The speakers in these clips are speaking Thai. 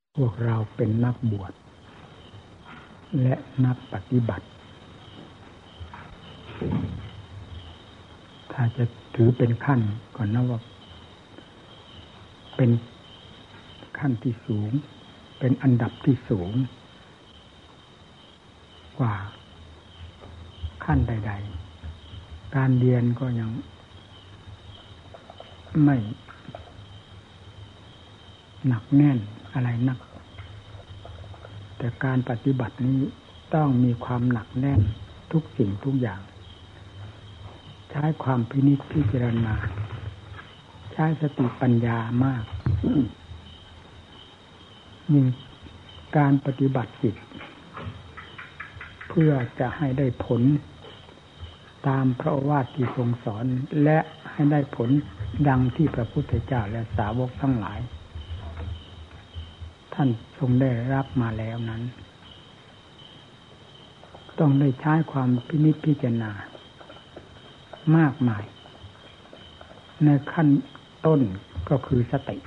พวกเราเป็นนักบวชและนักปฏิบัติถ้าจะถือเป็นขั้นก่อนนะว่าเป็นขั้นที่สูงเป็นอันดับที่สูงกว่าขั้นใดๆการเรียนก็ยังไม่หนักแน่นอะไรนักแต่การปฏิบัตินี้ต้องมีความหนักแน่นทุกสิ่งทุกอย่างใช้ความพินิจพิจารณาใช้สติปัญญามากยิ่งการปฏิบัติจิตเพื่อจะให้ได้ผลตามพระโอวาทที่ทรงสอนและให้ได้ผลดังที่พระพุทธเจ้าและสาวกทั้งหลายท่านทรงได้รับมาแล้วนั้นต้องได้ใช้ความพินิจพิจารณามากมายในขั้นต้นก็คือสติ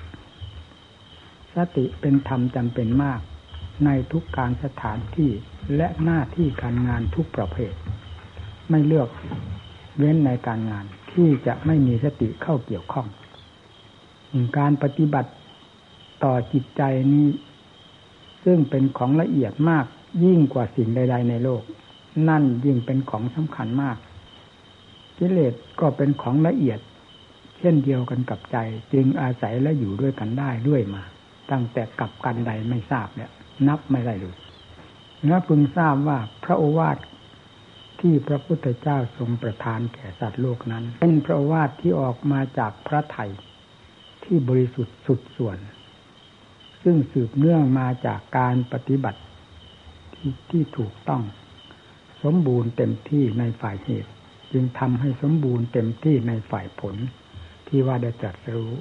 เป็นธรรมจำเป็นมากในทุกการสถานที่และหน้าที่การงานทุกประเภทไม่เลือกเว้นในการงานที่จะไม่มีสติเข้าเกี่ยวข้องการปฏิบัติต่อจิตใจนี้ซึ่งเป็นของละเอียดมากยิ่งกว่าสิ่งใดๆในโลกนั่นยิ่งเป็นของสำคัญมากกิเลสก็เป็นของละเอียดเช่นเดียวกันกับใจจึงอาศัยและอยู่ด้วยกันได้ด้วยมาตั้งแต่กับกันใดไม่ทราบเนี่ยนับไม่ได้เลยและพึงทราบว่าพระโอวาทที่พระพุทธเจ้าทรงประทานแก่สัตว์โลกนั้นเป็นพระโอวาทที่ออกมาจากพระทัยที่บริสุทธิ์สุดส่วนซึ่งสืบเนื่องมาจากการปฏิบัติที่ถูกต้องสมบูรณ์เต็มที่ในฝ่ายเหตุจึงทำให้สมบูรณ์เต็มที่ในฝ่ายผลที่ว่าได้ตรัสรู้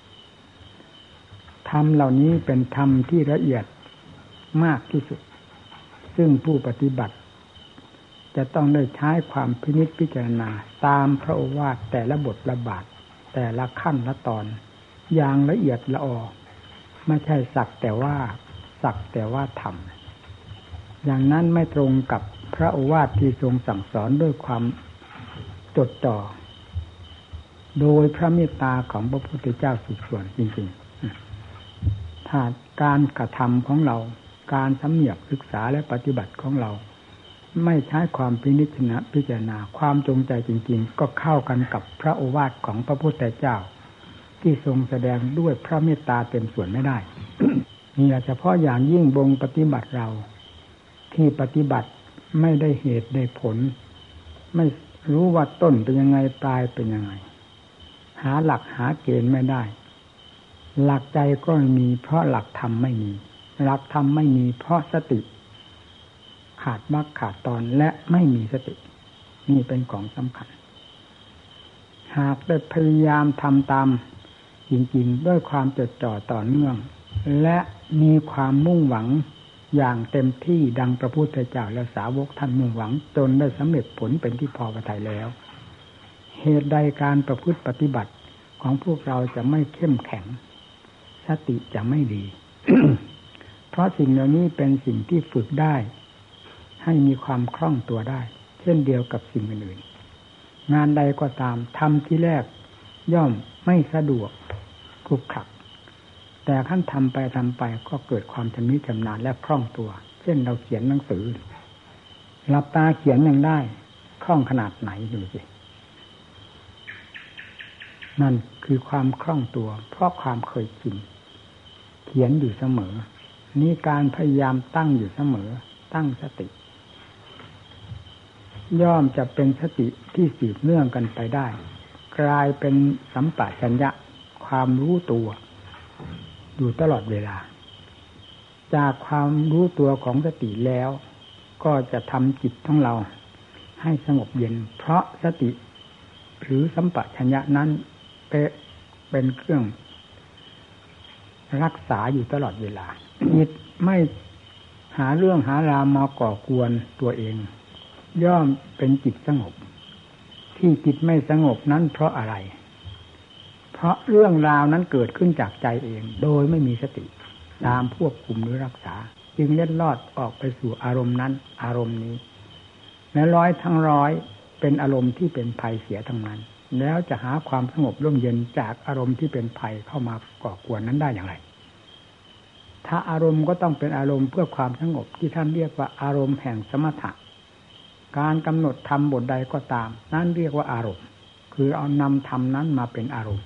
ธรรมเหล่านี้เป็นธรรมที่ละเอียดมากที่สุดซึ่งผู้ปฏิบัติจะต้องได้ใช้ความพินิจพิจารณาตามพระโอวาทแต่ละบทละบาทแต่ละขั้นละตอนอย่างละเอียดละออไม่ใช่สักแต่ว่าทำอย่างนั้นไม่ตรงกับพระโอวาทที่ทรงสั่งสอนด้วยความจดจ่อโดยพระเมตตาของพระพุทธเจ้าสุดส่วนจริงๆถ้าการกระทำของเราการสำเนียกศึกษาและปฏิบัติของเราไม่ใช้ความพิจารณาความจงใจจริงๆก็เข้ากันกับพระโอวาทของพระพุทธเจ้าที่ทรงแสดงด้วยพระเมตตาเต็มส่วนไม่ได้ นี่เฉพาะอย่างยิ่งวงปฏิบัติเราที่ปฏิบัติไม่ได้เหตุได้ผลไม่รู้ว่าต้นเป็นยังไงปลายเป็นยังไงหาหลักหาเกณฑ์ไม่ได้หลักใจก็ไม่มีเพราะหลักธรรมไม่มีหลักธรรมไม่มีเพราะสติขาดมรรคขาดตอนและไม่มีสตินี่เป็นของสำคัญหากได้พยายามทำตามจริงๆด้วยความจดจ่อต่อเนื่องและมีความมุ่งหวังอย่างเต็มที่ดังพระพุทธเจ้าและสาวกท่านมุ่งหวังจนได้สำเร็จผลเป็นที่พอพระทัยแล้วเหตุใดการประพฤติปฏิบัติของพวกเราจะไม่เข้มแข็งสติจะไม่ดี เพราะสิ่งเหล่านี้เป็นสิ่งที่ฝึกได้ให้มีความคล่องตัวได้เช่นเดียวกับสิ่งอื่นๆงานใดก็ตามทำที่แรกย่อมไม่สะดวกขรุขระแต่ขั้นทำไปก็เกิดความชำนิชำนาญและคล่องตัวเช่นเราเขียนหนังสือหลับตาเขียนยังได้คล่องขนาดไหนดูสินั่นคือความคล่องตัวเพราะความเคยชินเขียนอยู่เสมอนี่การพยายามตั้งอยู่เสมอตั้งสติย่อมจะเป็นสติที่สืบเนื่องกันไปได้กลายเป็นสัมปชัญญะความรู้ตัวอยู่ตลอดเวลาจากความรู้ตัวของสติแล้วก็จะทำจิตของเราให้สงบเย็นเพราะสติหรือสัมปชัญญะนั้นเป็นเครื่องรักษาอยู่ตลอดเวลาจิตไม่หาเรื่องหาราวมาก่อกวนตัวเองย่อมเป็นจิตสงบที่จิตไม่สงบนั้นเพราะอะไรเพราะเรื่องราวนั้นเกิดขึ้นจากใจเองโดยไม่มีสติตามควบคุมหรือรักษาจึงเล็ดลอดออกไปสู่อารมณ์นั้นอารมณ์นี้และร้อยทั้งร้อยเป็นอารมณ์ที่เป็นภัยเสียทั้งนั้นแล้วจะหาความสงบร่มเย็นจากอารมณ์ที่เป็นภัยเข้ามาก่อกวนนั้นได้อย่างไรถ้าอารมณ์ก็ต้องเป็นอารมณ์เพื่อความสงบที่ท่านเรียกว่าอารมณ์แห่งสมถะการกำหนดธรรมบทใดก็ตามนั่นเรียกว่าอารมณ์คือเอานำธรรมนั้นมาเป็นอารมณ์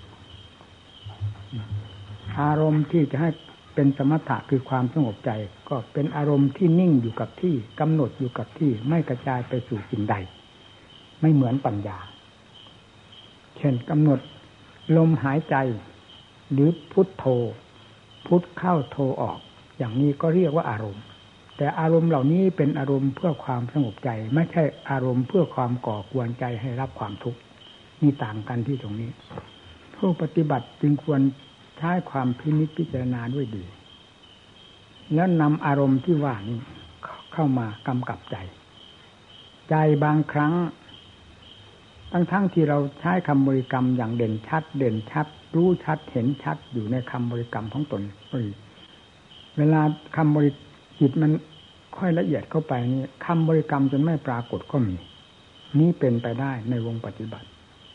อารมณ์ที่จะให้เป็นสมถะคือความสงบใจก็เป็นอารมณ์ที่นิ่งอยู่กับที่กำหนดอยู่กับที่ไม่กระจายไปสู่สิ่งใดไม่เหมือนปัญญาเช่นกำหนดลมหายใจหรือพุทโธพุทเข้าโธออกอย่างนี้ก็เรียกว่าอารมณ์แต่อารมณ์เหล่านี้เป็นอารมณ์เพื่อความสงบใจไม่ใช่อารมณ์เพื่อความก่อกวนใจให้รับความทุกข์นี่ต่างกันที่ตรงนี้ผู้ปฏิบัติจึงควรใช้ความพินิจพิจารณาด้วยดีแล้วนำอารมณ์ที่ว่านี้เข้ามากำกับใจใจบางครั้งทั้งที่เราใช้คำบริกรรมอย่างเด่นชัดรู้ชัดเห็นชัดอยู่ในคำบริกรรมของตนเวลาคำบริจิตมันค่อยละเอียดเข้าไปนี่คำบริกรรมจนไม่ปรากฏก็มีนี้เป็นไปได้ในวงปฏิบัติ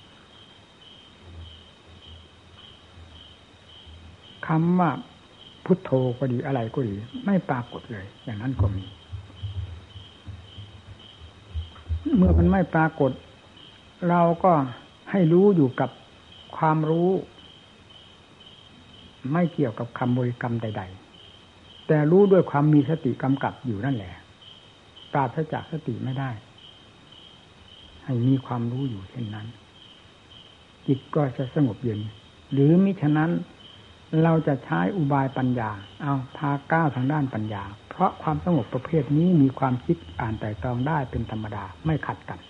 คำว่าพุทโธก็ดีอะไรก็ดีไม่ปรากฏเลยอย่างนั้นก็มีเมื่อมันไม่ปรากฏเราก็ให้รู้อยู่กับความรู้ไม่เกี่ยวกับคำบริกรรมใดๆแต่รู้ด้วยความมีสติกำกับอยู่นั่นแหละปราศจากสติไม่ได้ให้มีความรู้อยู่เช่นนั้นจิตก็จะสงบเย็นหรือมิฉะนั้นเราจะใช้อุบายปัญญาเอาพาก้าวทางด้านปัญญาเพราะความสงบประเภทนี้มีความคิดอ่านไตร่ตรองได้เป็นธรรมดาไม่ขัดกัน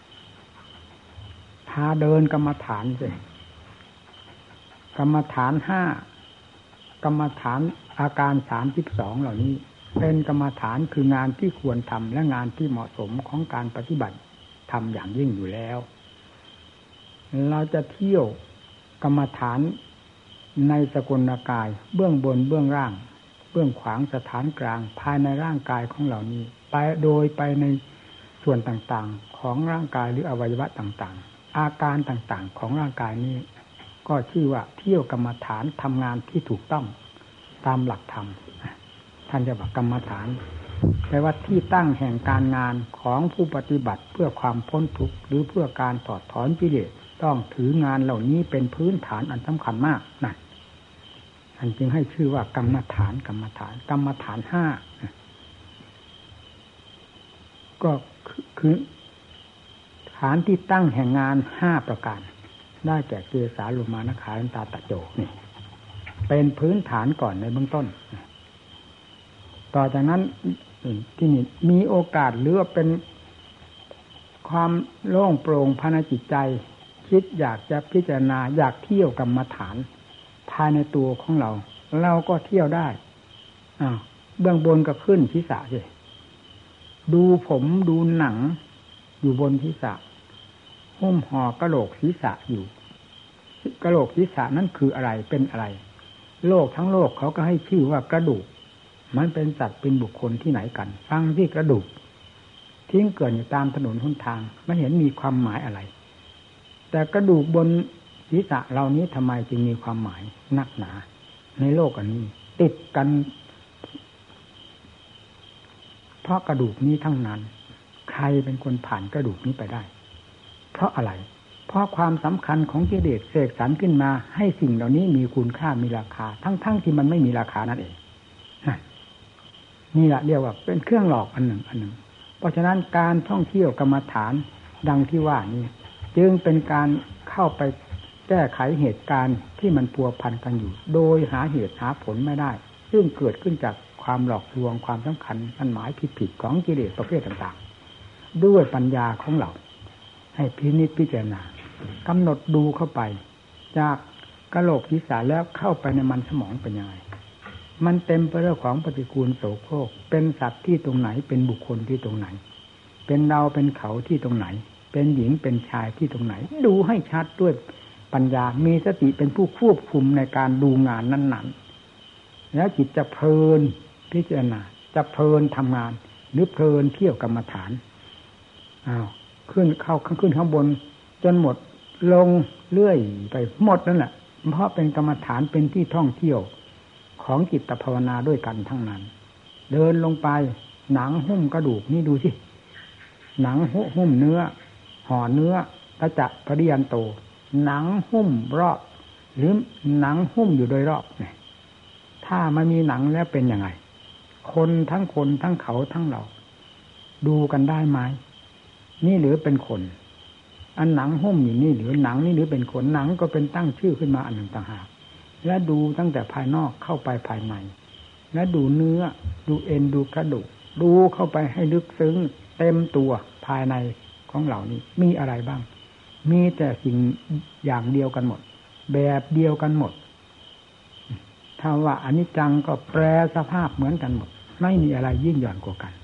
พาเดินกรรมฐานสิกรรมฐาน5กรรมฐานอาการ32เหล่านี้เป็นกรรมฐานคืองานที่ควรทำและงานที่เหมาะสมของการปฏิบัติทำอย่างยิ่งอยู่แล้วเราจะเที่ยวกรรมฐานในสกุลกายเบื้องบนเบื้องล่างเบื้องขวางสถานกลางภายในร่างกายของเหล่านี้ไปโดยไปในส่วนต่างๆของร่างกายหรืออวัยวะต่างๆอาการต่างๆของร่างกายนี้ก็ชื่อว่าเที่ยวกรรมฐานทำงานที่ถูกต้องตามหลักธรรมท่านจะว่ากรรมฐานแปลว่าที่ตั้งแห่งการงานของผู้ปฏิบัติเพื่อความพ้นทุกข์หรือเพื่อการถอดถอนกิเลสต้องถืองานเหล่านี้เป็นพื้นฐานอันสำคัญมากนั่นท่านจึงให้ชื่อว่ากรรมฐาน5ก็คือฐานที่ตั้งแห่งงาน5ประการได้แก่เกสาโลมานะขาลันตาตะโจนี่เป็นพื้นฐานก่อนในเบื้องต้นต่อจากนั้นที่นี่มีโอกาสหรือว่าเป็นความโล่งโปร่งภายในจิตใจคิดอยากจะพิจารณาอยากเที่ยวกรรมฐานภายในตัวของเราก็เที่ยวได้เบื้องบนก็ขึ้นศีรษะสิดูผมดูหนังอยู่บนศีรษะหุ้มห่อกะโหลกศีรษะอยู่กะโหลกศีรษะนั้นคืออะไรเป็นอะไรโลกทั้งโลกเขาก็ให้ชื่อว่ากระดูกมันเป็นสัตว์เป็นบุคคลที่ไหนกันฟังที่กระดูกทิ้งเกลื่อนอยู่ตามถนนหนทางไม่เห็นมีความหมายอะไรแต่กระดูกบนศีรษะเหล่านี้ทำไมจึงมีความหมายนักหนาในโลกอันนี้ติดกันเพราะกระดูกนี้ทั้งนั้นใครเป็นคนผ่านกระดูกนี้ไปได้เพราะอะไรเพราะความสำคัญของกิเลสเสกสรรขึ้นมาให้สิ่งเหล่านี้มีคุณค่ามีราคาทั้งที่มันไม่มีราคานั่นเองนี่แหละเรียกว่าเป็นเครื่องหลอกอันหนึ่งเพราะฉะนั้นการท่องเที่ยวกรรมฐานดังที่ว่านี้จึงเป็นการเข้าไปแก้ไขเหตุการณ์ที่มันพัวพันกันอยู่โดยหาเหตุหาผลไม่ได้ซึ่งเกิดขึ้นจากความหลอกลวงความสำคัญมันหมายผิดของกิเลสประเภทต่างๆด้วยปัญญาของเราให้พินิจพิจารณากำหนดดูเข้าไปจากกะโหลกศีรษะแล้วเข้าไปในมันสมองเป็นยังไงมันเต็มไปด้วยของปฏิกูลโสโครกเป็นสัตว์ที่ตรงไหนเป็นบุคคลที่ตรงไหนเป็นเราเป็นเขาที่ตรงไหนเป็นหญิงเป็นชายที่ตรงไหนดูให้ชัดด้วยปัญญามีสติเป็นผู้ควบคุมในการดูงานนั้นแล้วจิตจะเพลินพิจารณาจะเพลินทำงานหรือเพลินเที่ยวกรรมฐานขึ้นข้างบนจนหมดลงเรื่อยไปหมดนั่นแหละเพราะเป็นกรรมฐานเป็นที่ท่องเที่ยวของจิตภาวนาด้วยกันทั้งนั้นเดินลงไปหนังหุ้มกระดูกนี่ดูสิหนังหุ้มเนื้อห่อเนื้อตะจะปริยันโตหนังหุ้มรอบหรือหนังหุ้มอยู่โดยรอบเนี่ยถ้าไม่มีหนังแล้วเป็นยังไงคนทั้งเขาทั้งเราดูกันได้ไหมนี่หรือเป็นคนอันหนังหุ้มอยู่นี่หรือหนังนี่หรือเป็นคนหนังก็เป็นตั้งชื่อขึ้นมาอันหนึ่งต่างหากและดูตั้งแต่ภายนอกเข้าไปภายในและดูเนื้อดูเอ็นดูกระดูกดูเข้าไปให้ลึกซึ้งเต็มตัวภายในของเหล่านี้มีอะไรบ้างมีแต่สิ่งอย่างเดียวกันหมดแบบเดียวกันหมดถ้าว่าอนิจจังก็แปรสภาพเหมือนกันหมดไม่มีอะไรยิ่งหย่อนกว่ากัน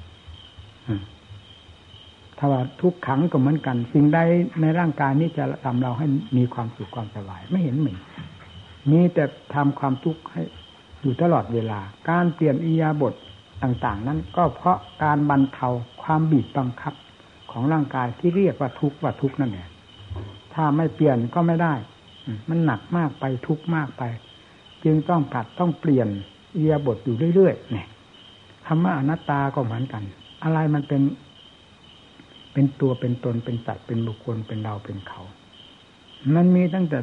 ถ้าว่าทุกขังก็เหมือนกันสิ่งใดในร่างกายนี้จะทำเราให้มีความสุขความสบายไม่เห็นมีแต่ทำความทุกข์ให้อยู่ตลอดเวลาการเปลี่ยนอิริยาบถต่างๆนั้นก็เพราะการบรรเทาความบีบบังคับของร่างกายที่เรียกว่าทุกข์นั่นแหละถ้าไม่เปลี่ยนก็ไม่ได้มันหนักมากไปทุกข์มากไปจึงต้องปรับต้องเปลี่ยนอิริยาบถอยู่เรื่อยๆเนี่ยคำว่าอนัตตาก็เหมือนกันอะไรมันเป็นตัวเป็นตนเป็นสัตว์เป็นบุคคลเป็นเราเป็นเขามันมีตั้งแต่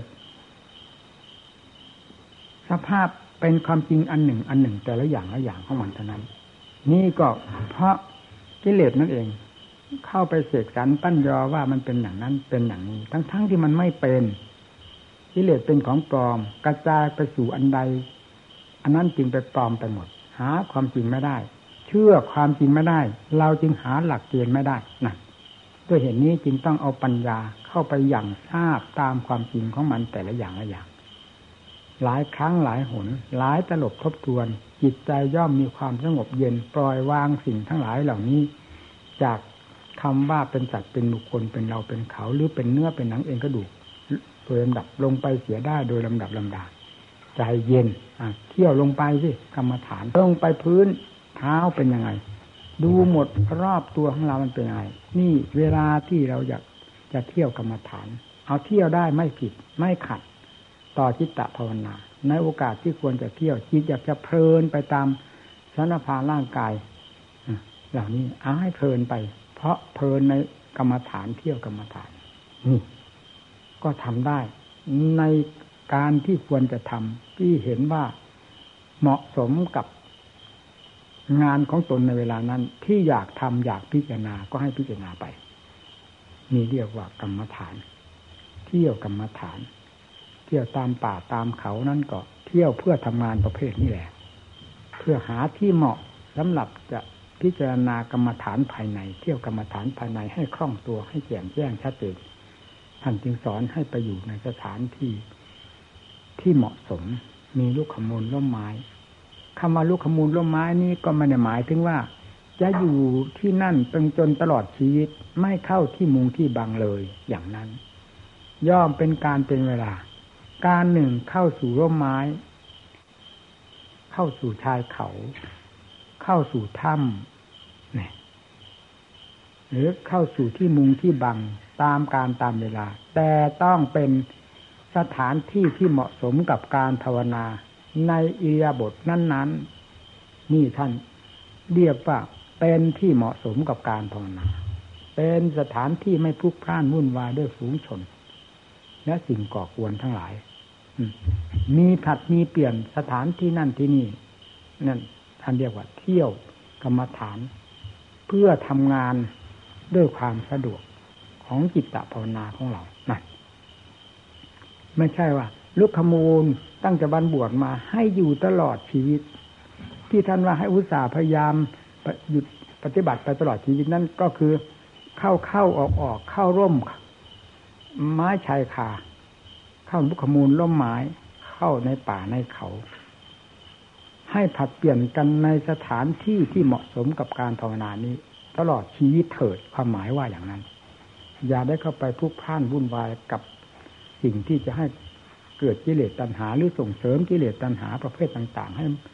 สภาพเป็นความจริงอันหนึ่งแต่ละอย่างของมันเท่านั้นนี่ก็เพราะกิเลสนั่นเองเข้าไปเสกสรรปั้นยอว่ามันเป็นอย่างนั้นเป็นอย่างนี้ทั้งที่มันไม่เป็นกิเลสเป็นของปลอมกระจายไปสู่อันใดอันนั้นจึงไปปลอมไปหมดหาความจริงไม่ได้เชื่อความจริงไม่ได้เราจึงหาหลักเกณฑ์ไม่ได้นั่นด้วยเหตุนี้จึงต้องเอาปัญญาเข้าไปอย่างทราบตามความจริงของมันแต่ละอย่างหลายครั้งหลายหนหลายตลบทบทวนจิตใจย่อมมีความสงบเย็นปล่อยวางสิ่งทั้งหลายเหล่านี้จากคำว่าเป็นสัตว์เป็นบุคคลเป็นเราเป็นเขาหรือเป็นเนื้อเป็นหนังเองกระดูกโดยลำดับลงไปเสียได้โดยลำดับลำดาใจเย็นเที่ยวลงไปสิกรรมฐานลงไปพื้นเท้าเป็นยังไงดูหมดรอบตัวของเรามันเป็นยังไงนี่เวลาที่เราอยากจะเที่ยวกรรมฐานเอาเที่ยวได้ไม่ผิดไม่ขัดต่อจิตตภาวนาในโอกาสที่ควรจะเที่ยวจิตอยากจะเพลินไปตามสารพาร่างกายเหล่านี้เอาให้เพลินไปเพราะเพลินในกรรมฐานเที่ยวกรรมฐานนี่ก็ทำได้ในการที่ควรจะทำที่เห็นว่าเหมาะสมกับงานของตนในเวลานั้นที่อยากทำอยากพิจารณาก็ให้พิจารณาไปนี่เรียกว่ากรรมฐานเที่ยวกรรมฐานเที่ยวตามป่าตามเขานั่นก็เที่ยวเพื่อทำงานประเภทนี้แหละเพื่อหาที่เหมาะสำหรับจะพิจารณากรรมฐานภายในเที่ยวกรรมฐานภายในให้คล่องตัวให้แจ่มแจ้งชัดเจนท่านจึงสอนให้ไปอยู่ในสถานที่เหมาะสมมีลูกขมูลร่มไม้คำว่าลูกขมูลร่มไม้นี้ก็ไม่ได้หมายถึงว่าจะอยู่ที่นั่นจนตลอดชีวิตไม่เข้าที่มุงที่บังเลยอย่างนั้นย่อมเป็นการเป็นเวลาการหนึ่งเข้าสู่ร่มไม้เข้าสู่ชายเขาเข้าสู่ถ้ำเนี่ยหรือเข้าสู่ที่มุงที่บังตามการตามเวลาแต่ต้องเป็นสถานที่ที่เหมาะสมกับการภาวนาในอิริยาบถนั้นๆนี่ท่านเรียกว่าเป็นที่เหมาะสมกับการภาวนาเป็นสถานที่ไม่พลุกพล่านวุ่นวายด้วยฝูงชนและสิ่งก่อกวนทั้งหลายมีผัดมีเปลี่ยนสถานที่นั่นที่นี่นั่นท่านเรียกว่าเที่ยวกรรมฐานเพื่อทำงานด้วยความสะดวกของจิตตภาวนาของเรานั่นไม่ใช่ว่าลุกขมูลตั้งแต่วันบวชมาให้อยู่ตลอดชีวิตที่ท่านว่าให้อุตส่าห์พยายามหยุดปฏิบัติไปตลอดชีวิตนั่นก็คือเข้าออกเข้าร่มไม้ชายคาเข้าลุกขมูลร่มไม้เข้าในป่าในเขาให้ผัดเปลี่ยนกันในสถานที่ที่เหมาะสมกับการภาวนานี้ตลอดชีวิตเถิดความหมายว่าอย่างนั้นอย่าได้เข้าไปพลุกพล่านวุ่นวายกับสิ่งที่จะให้เกิดกิเลสตัณหาหรือส่งเสริมกิเลสตัณหาประเภทต่างๆให้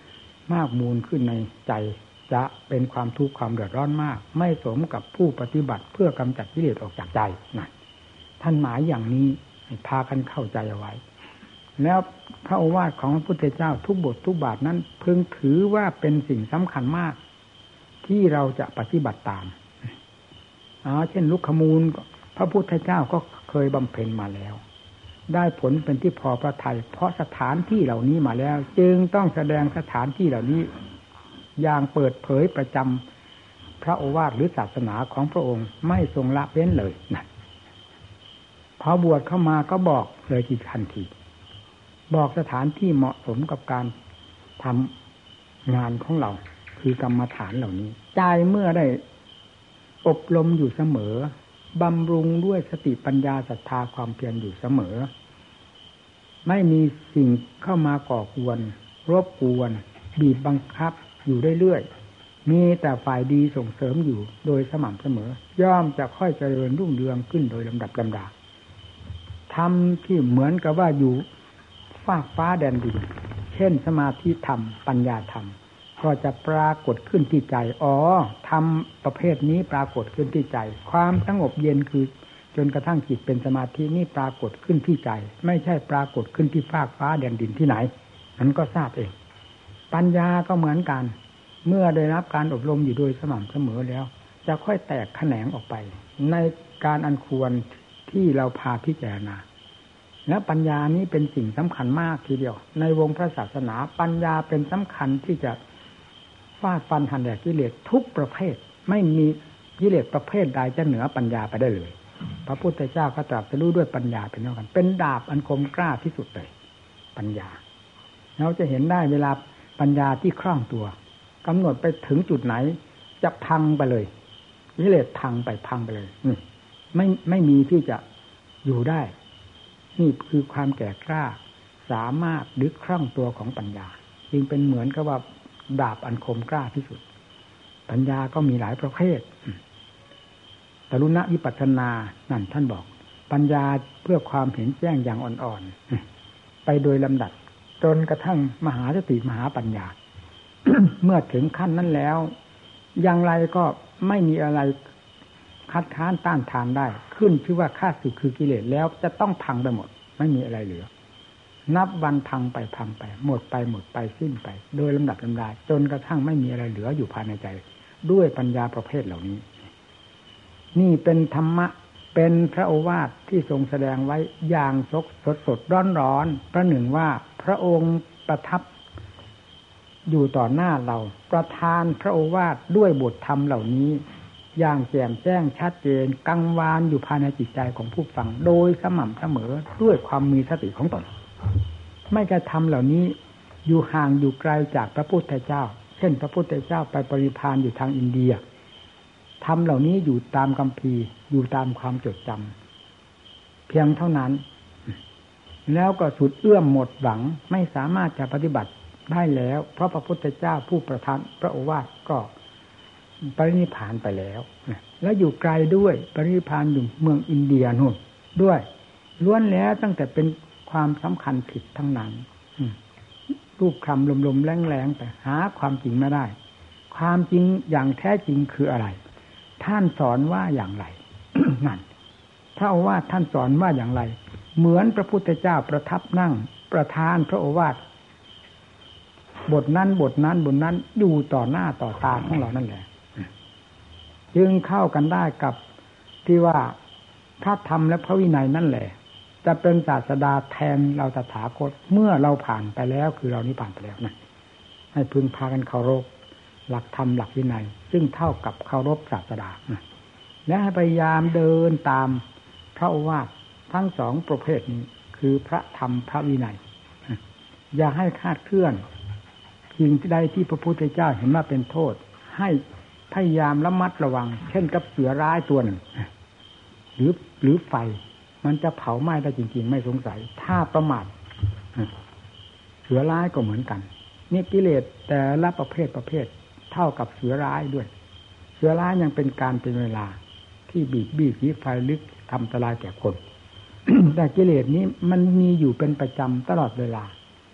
มากมูลขึ้นในใจจะเป็นความทุกข์ความเดือดร้อนมากไม่สมกับผู้ปฏิบัติเพื่อกำจัดกิเลสออกจากใจนั่นท่านหมายอย่างนี้ให้พากันเข้าใจเอาไว้แล้วพระโอวาทของพระพุทธเจ้าทุกบททุกบาทนั้นพึงถือว่าเป็นสิ่งสำคัญมากที่เราจะปฏิบัติตามเช่นลุกขมูลพระพุทธเจ้าก็เคยบำเพ็ญมาแล้วได้ผลเป็นที่พอพระทัยเพราะสถานที่เหล่านี้มาแล้วจึงต้องแสดงสถานที่เหล่านี้อย่างเปิดเผยประจำพระโอวาทหรือศาสนาของพระองค์ไม่ทรงละเว้นเลยนะพอบวชเข้ามาก็บอกเลยทีทันทีบอกสถานที่เหมาะสมกับการทำงานของเราคือกรรมฐานเหล่านี้ใจเมื่อได้อบรมอยู่เสมอบำรุงด้วยสติปัญญาศรัทธาความเพียรอยู่เสมอไม่มีสิ่งเข้ามาก่อกวนรบกวนบีบบังคับอยู่เรื่อยๆมีแต่ฝ่ายดีส่งเสริมอยู่โดยสม่ำเสมอย่อมจะค่อยเจริญรุ่งเรืองขึ้นโดยลำดับลำดาทำที่เหมือนกับว่าอยู่ฟากฟ้าแดนดินเช่นสมาธิธรรมปัญญาธรรมก็จะปรากฏขึ้นที่ใจธรรมประเภทนี้ปรากฏขึ้นที่ใจความสงบเย็นคือจนกระทั่งจิตเป็นสมาธินี่ปรากฏขึ้นที่ใจไม่ใช่ปรากฏขึ้นที่ฟากฟ้าแดนดินที่ไหนนั้นก็ทราบเองปัญญาก็เหมือนกันเมื่อได้รับการอบรมอยู่โดยสม่ำเสมอแล้วจะค่อยแตกแขนงออกไปในการอันควรที่เราพาพิจารณาและปัญญานี้เป็นสิ่งสำคัญมากทีเดียวในวงพระศาสนาปัญญาเป็นสำคัญที่จะฟาดฟันหันแหลกกิเลสทุกประเภทไม่มีกิเลสประเภทใดจะเหนือปัญญาไปได้เลยพระพุทธเจ้าก็ตรัสรู้ด้วยปัญญาเป็นเท่ากันเป็นดาบอันคมกล้าที่สุดเลยปัญญาเราจะเห็นได้เวลาปัญญาที่คล่องตัวกำหนดไปถึงจุดไหนจะพังไปเลยกิเลสพังไปเลยไม่มีที่จะอยู่ได้นี่คือความแก่กล้าสามารถดึกคล่องตัวของปัญญาจึงเป็นเหมือนกับว่าดาบอันคมกล้าที่สุดปัญญาก็มีหลายประเภทตรุณวิปัสสนานั่นท่านบอกปัญญาเพื่อความเห็นแจ้งอย่างอ่อนๆไปโดยลำดับจนกระทั่งมหาสติมหาปัญญา เมื่อถึงขั้นนั้นแล้วอย่างไรก็ไม่มีอะไรคัดค้านต้านทานได้ขึ้นชื่อว่าข้าศึกคือกิเลสแล้วจะต้องพังไปหมดไม่มีอะไรเหลือนับวันพังไปหมดไปสิ้นไปโดยลำดับลำดาจนกระทั่งไม่มีอะไรเหลืออยู่ภายในใจด้วยปัญญาประเภทเหล่านี้นี่เป็นธรรมะเป็นพระโอวาทที่ทรงแสดงไว้อย่างสดร้อนประหนึ่งว่าพระองค์ประทับอยู่ต่อหน้าเราประทานพระโอวาทด้วยบทธรรมเหล่านี้อย่างแจ่มแจ้งชัดเจนกังวานอยู่ภายในจิตใจของผู้ฟังโดยสม่ำเสมอด้วยความมีสติของตนไม่กระทำเหล่านี้อยู่ห่างอยู่ไกลจากพระพุทธเจ้าเช่นพระพุทธเจ้าไปปริพานอยู่ทางอินเดียทำเหล่านี้อยู่ตามคัมภีร์อยู่ตามความจดจำเพียงเท่านั้นแล้วก็สุดเอื้อมหมดหวังไม่สามารถจะปฏิบัติได้แล้วเพราะพระพุทธเจ้าผู้ประทานพระโอวาทก็ปรินิพพานไปแล้วและอยู่ไกลด้วยปรินิพพานอยู่เมืองอินเดียนู่นด้วยล้วนแล้วตั้งแต่เป็นความสำคัญผิดทั้งนั้นรูปคำลมๆแรงๆแต่หาความจริงไม่ได้ความจริงอย่างแท้จริงคืออะไรท่านสอนว่าอย่างไร นั่นพระโอวาทท่านสอนว่าอย่างไรเหมือนพระพุทธเจ้าประทับนั่งประทานพระโอวาทบทนั้นอยู่ต่อหน้าต่อตาของเรานั่นแหละจึงเข้ากันได้กับที่ว่าพระธรรมและพระวินัยนั่นแหละจะเป็นศาสดาแทนเราตถาคตเมื่อเราผ่านไปแล้วคือเรานี้ผ่านไปแล้วนะให้พึงพากันเคารพหลักธรรมหลักวินัยซึ่งเท่ากับเคารพศาสดาและให้พยายามเดินตามพระโอวาททั้งสองประเภทนี้คือพระธรรมพระวินัยอย่าให้คลาดเคลื่อนสิ่งใดที่พระพุทธเจ้าเห็นว่าเป็นโทษให้พยายามระมัดระวังเช่นกับเสือร้ายตัวหนึ่งหรือไฟมันจะเผาไหม้ได้จริงๆไม่สงสัยถ้าประมาทเสือร้ายก็เหมือนกันนี่กิเลสแต่ละประเภทเท่ากับเสือร้ายด้วยเสือร้ายยังเป็นการเป็นเวลาที่บีบไฟลึกทำอันตรายแก่คน แต่กิเลสนี้มันมีอยู่เป็นประจำตลอดเวลา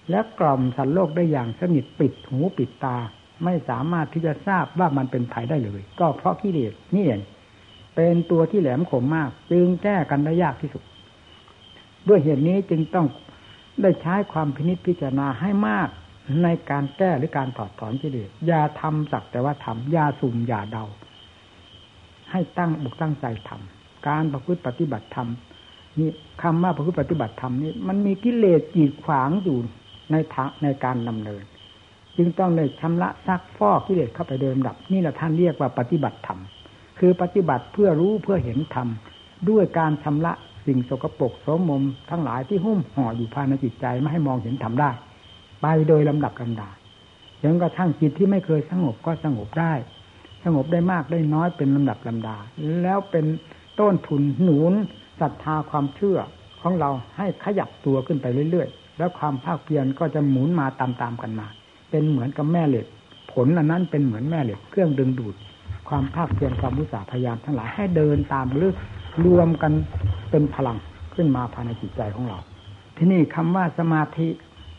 และกล่อมสัตว์โลกได้อย่างสนิทปิดหูปิดตาไม่สามารถที่จะทราบว่ามันเป็นภัยได้เลยก็เพราะกิเลสนี่เองเป็นตัวที่แหลมคมมากจึงแก้กันได้ยากที่สุดด้วยเหตุนี้จึงต้องได้ใช้ความพินิจพิจารณาให้มากในการแก้หรือการถอดถอนกิเลสอย่าทำสักแต่ว่าทำอย่าสุ่มอย่าเดาให้ตั้งอกตั้งใจทำการประพฤติปฏิบัติธรรมนี่คำว่าประพฤติปฏิบัติธรรมนี่มันมีกิเลสกีดขวางอยู่ในการดำเนินจึงต้องเลยชำระซักฟอกกิเลสเข้าไปโดยลำดับนี่แหละท่านเรียกว่าปฏิบัติธรรมคือปฏิบัติเพื่อรู้เพื่อเห็นธรรมด้วยการชำระสิ่งสกปรกโสมมทั้งหลายที่หุ้มห่ออยู่ภายในจิตใจไม่ให้มองเห็นธรรมได้ไปโดยลำดับลำดาจนกระทั่งจิตที่ไม่เคยสงบก็สงบได้สงบได้มากได้น้อยเป็นลำดับลำดาแล้วเป็นต้นทุนหนุนศรัทธาความเชื่อของเราให้ขยับตัวขึ้นไปเรื่อยๆแล้วความภาคเพียรก็จะหมุนมาตามๆกันมาเป็นเหมือนกับแม่เหล็กผลอันนั้นเป็นเหมือนแม่เหล็กเครื่องดึงดูดความภาคเพียรความอุตสาห์พยายามทั้งหลายให้เดินตามหรือรวมกันเป็นพลังขึ้นมาภายในจิตใจของเราที่นี่คำว่าสมาธิ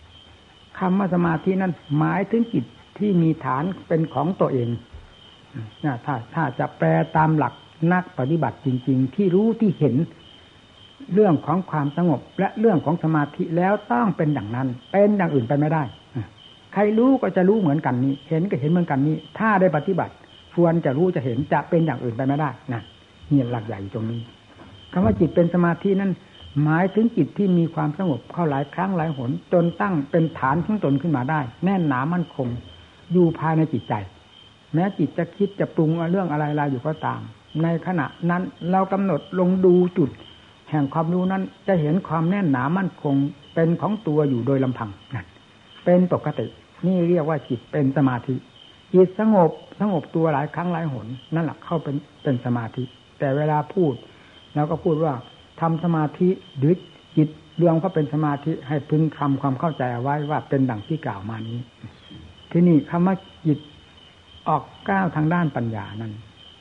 นั้นหมายถึงจิตที่มีฐานเป็นของตัวเองถ้าจะแปลตามหลักนักปฏิบัติจริงๆที่รู้ที่เห็นเรื่องของความสงบและเรื่องของสมาธิแล้วต้องเป็นอย่างนั้นเป็นอย่างอื่นไปไม่ได้ใครรู้ก็จะรู้เหมือนกันนี้เห็นก็เห็นเหมือนกันนี้ถ้าได้ปฏิบัติควรจะรู้จะเห็นจะเป็นอย่างอื่นไปไม่ได้นะนี่หลักใหญ่อยู่ตรงนี้คำว่าจิตเป็นสมาธินั้นหมายถึงจิตที่มีความสงบเข้าหลายครั้งหลายหนจนตั้งเป็นฐานของตนขึ้นมาได้แน่นหนามั่นคงอยู่ภายในจิตใจแม้จิตจะคิดจะปรุงเรื่องอะไรๆอยู่ก็ตามในขณะนั้นเรากำหนดลงดูจุดแห่งความรู้นั้นจะเห็นความแน่นหนามั่นคงเป็นของตัวอยู่โดยลำพังนั่นเป็นปกตินี่เรียกว่าจิตเป็นสมาธิจิตสงบตัวหลายครั้งหลายหนนั่นแหละเข้าเป็นสมาธิแต่เวลาพูดเราก็พูดว่าทำสมาธิหรือจิตรวมก็เป็นสมาธิให้พึงทำความเข้าใจเอาไว้ว่าเป็นดังที่กล่าวมานี้ที่นี่คำว่าจิตออกก้าวทางด้านปัญญานั้น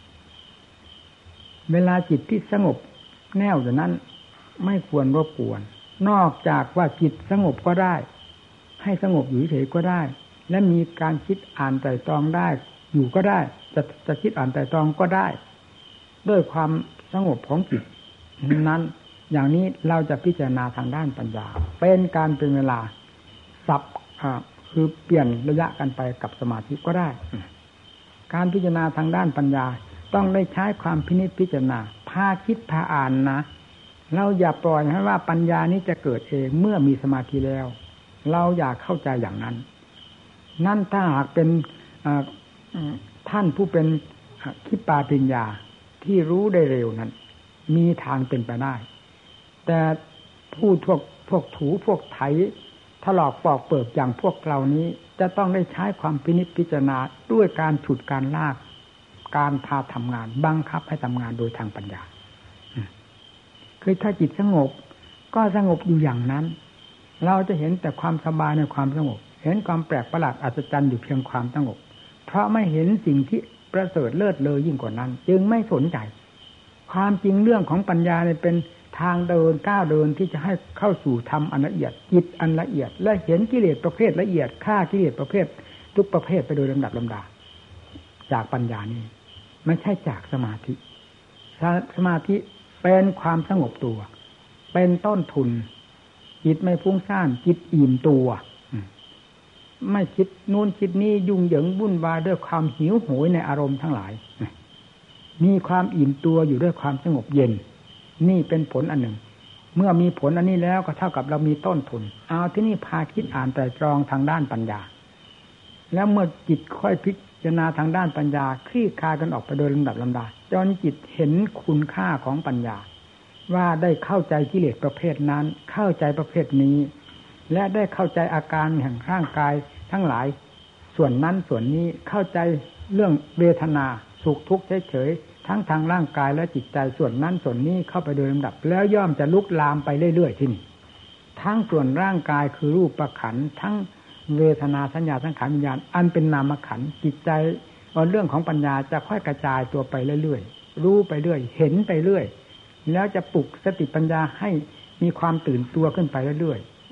เวลาจิตที่สงบแน่วอยู่นั้นไม่ควรรบกวนนอกจากว่าจิตสงบก็ได้ให้สงบอยู่เฉยก็ได้และมีการคิดอ่านไตร่ตรองได้อยู่ก็ได้จะคิดอ่านไตร่ตรองก็ได้ด้วยความสงบของจิตนั้นอย่างนี้เราจะพิจารณาทางด้านปัญญาเป็นการเป็นเวลาสับคือเปลี่ยนระยะกันไปกับสมาธิก็ได้การพิจารณาทางด้านปัญญาต้องได้ใช้ความพินิจพิจารณาพาคิดพาอ่านนะเราอย่าปล่อยให้ว่าปัญญานี้จะเกิดเองเมื่อมีสมาธิแล้วเราอย่าเข้าใจอย่างนั้นนั่นถ้าหากเป็นท่านผู้เป็นคิปาปัญญาที่รู้ได้เร็วนั้นมีทางเป็นไปได้แต่ผู้พวกถูพวกไถถลอกปอกเปิกอย่างพวกเรานี้จะต้องได้ใช้ความพินิจพิจารณาด้วยการฉุดการลากการพาทำงานบังคับให้ทำงานโดยทางปัญญาคือถ้าจิตสงบก็สงบอยู่อย่างนั้นเราจะเห็นแต่ความสบายในความสงบเห็นความแปลกประหลาดอัศจรรย์อยู่เพียงความสงบเพราะไม่เห็นสิ่งที่ประเสริฐเลิศเลอยิ่งกว่านั้นจึงไม่สนใจความจริงเรื่องของปัญญาเนี่ยเป็นทางเดินก้าวเดินที่จะให้เข้าสู่ธรรมอันละเอียดจิตอันละเอียดและเห็นกิเลสประเภทละเอียดฆ่ากิเลสประเภททุกประเภทไปโดยลำดับลำดาจากปัญญานี้ไม่ใช่จากสมาธิสมาธิเป็นความสงบตัวเป็นต้นทุนจิตไม่ฟุ้งซ่านจิตอิ่มตัวไม่คิดนู่นคิดนี่ยุ่งเหยิงวุ่นวายด้วยความหิวโหยในอารมณ์ทั้งหลายมีความอิ่มตัวอยู่ด้วยความสงบเย็นนี่เป็นผลอันหนึ่งเมื่อมีผลอันนี้แล้วก็เท่ากับเรามีต้นทุนเอาที่นี่พาคิดอ่านไตร่ตรองทางด้านปัญญาแล้วเมื่อจิตค่อยพิจารณาทางด้านปัญญาคลี่คลายกันออกไปโดยลำดับลำดาจนจิตเห็นคุณค่าของปัญญาว่าได้เข้าใจกิเลสประเภทนั้นเข้าใจประเภทนี้และได้เข้าใจอาการแห่งร่างกายทั้งหลายส่วนนั้นส่วนนี้เข้าใจเรื่องเวทนาสุขทุกข์เฉยๆทั้งทางร่างกายและจิตใจส่วนนั้นส่วนนี้เข้าไปโดยลำดับแล้วย่อมจะลุกลามไปเรื่อยๆที่นี่ทั้งส่วนร่างกายคือรูปขันธ์ทั้งเวทนาสัญญาสังขารวิญญาณอันเป็นนามขันธ์จิตใจเรื่องของปัญญาจะค่อยกระจายตัวไปเรื่อยๆรู้ไปเรื่อยเห็นไปเรื่อยแล้วจะปลุกสติปัญญาให้มีความตื่นตัวขึ้นไปเรื่อย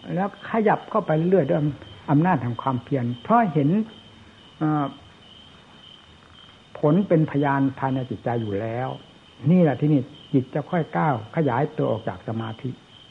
แล้วขยับเข้าไปเรื่อยด้วยอำนาจแห่งความเพียรเพราะเห็นผลเป็นพยานภายในจิตใจอยู่แล้วนี่แหละที่นี่จิตจะค่อยก้าวขยายตัวออกจากสมาธิ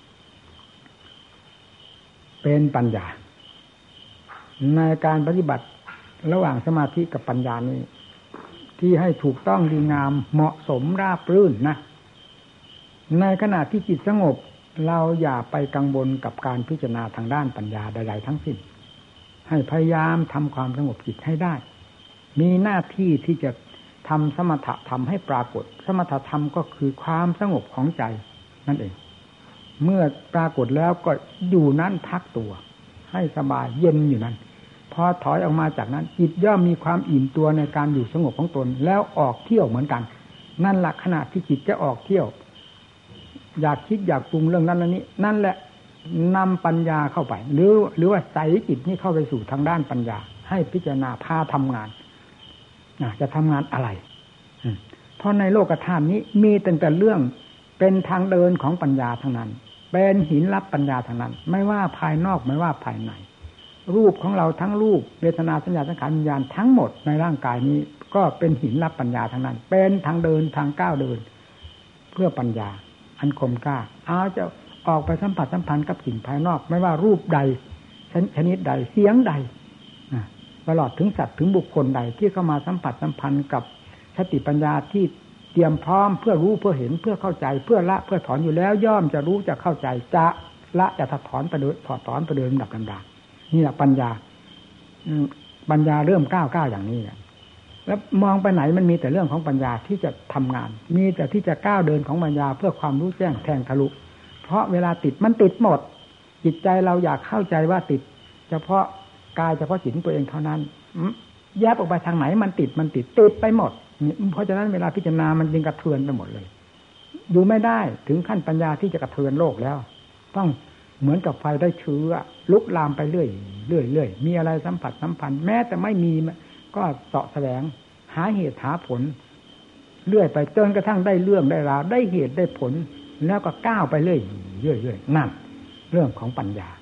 เป็นปัญญาในการปฏิบัติระหว่างสมาธิกับปัญญานี้ที่ให้ถูกต้องดีงามเหมาะสมราบรื่นนะในขณะที่จิตสงบเราอย่าไปกังวลกับการพิจารณาทางด้านปัญญาใดๆทั้งสิ้นให้พยายามทำความสงบจิตให้ได้มีหน้าที่ที่จะทำสมถะธรรมให้ปรากฏสมถะธรรมก็คือความสงบของใจนั่นเองเมื่อปรากฏแล้วก็อยู่นั้นพักตัวให้สบายเย็นอยู่นั้นพอถอยออกมาจากนั้นจิตย่อมมีความอิ่มตัวในการอยู่สงบของตนแล้วออกเที่ยวเหมือนกันนั่นแหละขณะที่จิตจะออกเที่ยวอยากคิดอยากปรุงเรื่องนั้นนี้นั่นแหละนำปัญญาเข้าไปหรือว่าใส่จิตนี้เข้าไปสู่ทางด้านปัญญาให้พิจารณาพาทำงานจะทำงานอะไรเพราะในโลกธาตุนี้มีแต่เรื่องเป็นทางเดินของปัญญาทั้งนั้นเป็นหินรับปัญญาทั้งนั้นไม่ว่าภายนอกไม่ว่าภายในรูปของเราทั้งรูปเวทนาสัญญาสังขารวิญญาณทั้งหมดในร่างกายนี้ก็เป็นหินรับปัญญาทั้งนั้นเป็นทางเดินทางก้าวเดินเพื่อปัญญาอันคมกล้าจะออกไปสัมผัสสัมพันธ์กับสิ่งภายนอกไม่ว่ารูปใดชนิดใดเสียงใดตลอดถึงสัตว์ถึงบุคคลใดที่เข้ามาสัมผัสสัมพันธ์กับสติปัญญาที่เตรียมพร้อมเพื่อรู้เพื่อเห็นเพื่อเข้าใจเพื่อละเพื่อถอนอยู่แล้วย่อมจะรู้จะเข้าใจจะละจะถอนไปโดยถอนไปโดยลำดับลำดับนี่แหละปัญญาเริ่มก้าวอย่างนี้แล้วมองไปไหนมันมีแต่เรื่องของปัญญาที่จะทำงานมีแต่ที่จะก้าวเดินของปัญญาเพื่อความรู้แจ้งแทงทะลุเพราะเวลาติดมันติดหมดจิตใจเราอยากเข้าใจว่าติดเฉพาะกายเฉพาะจิตตัวเองเท่านั้นแยกออกไปทางไหนมันติดไปหมดเพราะฉะนั้นเวลาพิจารณามันจึงกระเทือนไปหมดเลยอยู่ไม่ได้ถึงขั้นปัญญาที่จะกระเทือนโลกแล้วต้องเหมือนกับไฟได้เชื้อลุกลามไปเรื่อยมีอะไรสัมผัสสัมพันธ์แม้แต่ไม่มีก็เสาะแสวงหาเหตุหาผลเรื่อยไปจนกระทั่งได้เรื่องได้ราวได้เหตุได้ผลแล้วก็ก้าวไปเรื่อยนั่นเรื่องของปัญญา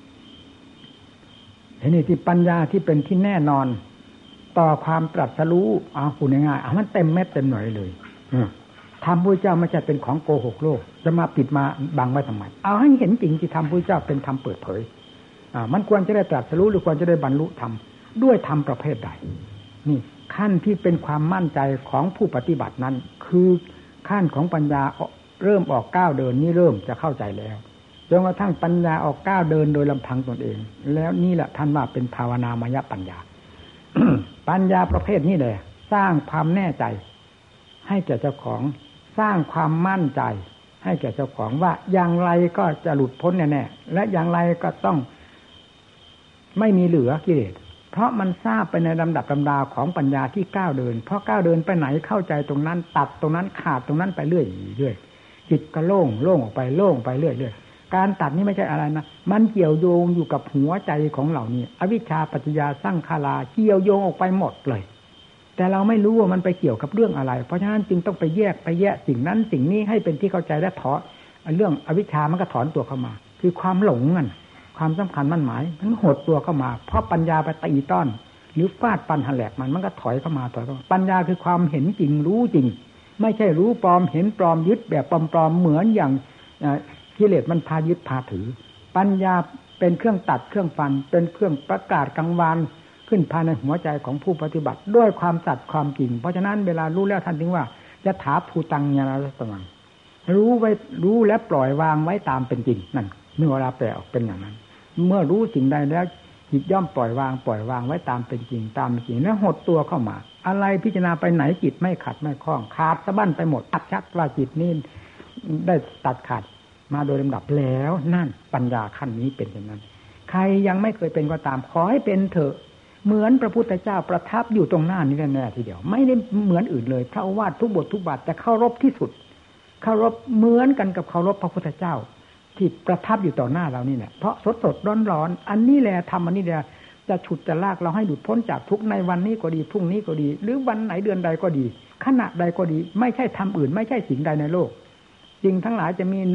เห็นนี่ที่ปัญญาที่เป็นที่แน่นอนต่อความตรัสรู้พูดง่ายๆมันเต็มเม็ดเต็มหน่วยเลยธรรมพุทธเจ้าไม่ใช่เป็นของโกหกโลกจะมาปิดมาบังไว้ทำไมเอาให้เห็นจริงที่ธรรมพุทธเจ้าเป็นธรรมเปิดเผยมันควรจะได้ตรัสรู้หรือควรจะได้บรรลุธรรมด้วยธรรมประเภทใดนี่ขั้นที่เป็นความมั่นใจของผู้ปฏิบัตินั้นคือขั้นของปัญญาเริ่มออกก้าวเดินนี่เริ่มจะเข้าใจแล้วจนกระทั่งปัญญาออกก้าวเดินโดยลำพังตนเองแล้วนี่แหละท่านว่าเป็นภาวนามยปัญญา ปัญญาประเภทนี้เลยสร้างความแน่ใจให้แก่เจ้าของสร้างความมั่นใจให้แก่เจ้าของว่าอย่างไรก็จะหลุดพ้นแน่ๆและอย่างไรก็ต้องไม่มีเหลือกิเลสเพราะมันทราบไปในลำดับลำดาของปัญญาที่ก้าวเดินเพราะก้าวเดินไปไหนเข้าใจตรงนั้นตัดตรงนั้นขาดตรงนั้นไปเรื่อยจิตก็โล่งออกไปเรื่อยการตัดนี่ไม่ใช่อะไรนะมันเกี่ยวโยงอยู่กับหัวใจของเรานี่อวิชชาปัจจยาสร้างคาราเกี่ยวโยงออกไปหมดเลยแต่เราไม่รู้ว่ามันไปเกี่ยวกับเรื่องอะไรเพราะฉะนั้นจึงต้องไปแยกสิ่งนั้นสิ่งนี้ให้เป็นที่เข้าใจและถอนเรื่องอวิชชามันก็ถอนตัวเข้ามาคือความหลงนั่นความสำคัญมั่นหมายมันหดตัวเข้ามาเพราะปัญญาไปตีต้อนหรือฟาดฟันหันแหลกมันก็ถอยเข้ามาปัญญาคือความเห็นจริงรู้จริงไม่ใช่รู้ปลอมเห็นปลอมยึดแบบปลอมเหมือนอย่างกิเลสมันพายึดพาถือปัญญาเป็นเครื่องตัดเครื่องฟันเป็นเครื่องประกาศกังวานขึ้นภายในหัวใจของผู้ปฏิบัติด้วยความสัตย์ความจริงเพราะฉะนั้นเวลารู้แล้วท่านถึงว่าจะถาภูตังญาณรัตมังรู้และปล่อยวางไว้ตามเป็นจริงนั่นเมื่อเวลาแปลออกเป็นอย่างนั้นเมื่อรู้สิ่งใดแล้วจิตย่อมปล่อยวางไว้ตามเป็นจริงตามเป็นจริงแล้วหดตัวเข้ามาอะไรพิจารณาไปไหนจิตไม่ขัดไม่คล้องขาดสะบั้นไปหมดชัดว่าจิตนี้ได้ตัดขาดมาโดยลำดับแล้วนั่นปัญญาขั้นนี้เป็นอย่างนั้นใครยังไม่เคยเป็นก็ตามขอให้เป็นเถอะเหมือนพระพุทธเจ้าประทับอยู่ตรงหน้านี้แน่ๆทีเดียวไม่ได้เหมือนอื่นเลยพระโอวาททุกบททุกบาทจะเคารพที่สุดเคารพเหมือนกันกับเคารพพระพุทธเจ้าที่ประทับอยู่ต่อหน้าเรานี่แหละเพราะสดร้อนอันนี้แหละทำอันนี้แหละจะฉุดจะลากเราให้หลุดพ้นจากทุกข์ในวันนี้ก็ดีพรุ่งนี้ก็ดีหรือวันไหนเดือนใดก็ดีขณะใดก็ดีไม่ใช่ทำอื่นไม่ใช่สิ่งใดในโลกสิ่งทั้งหลายจะมี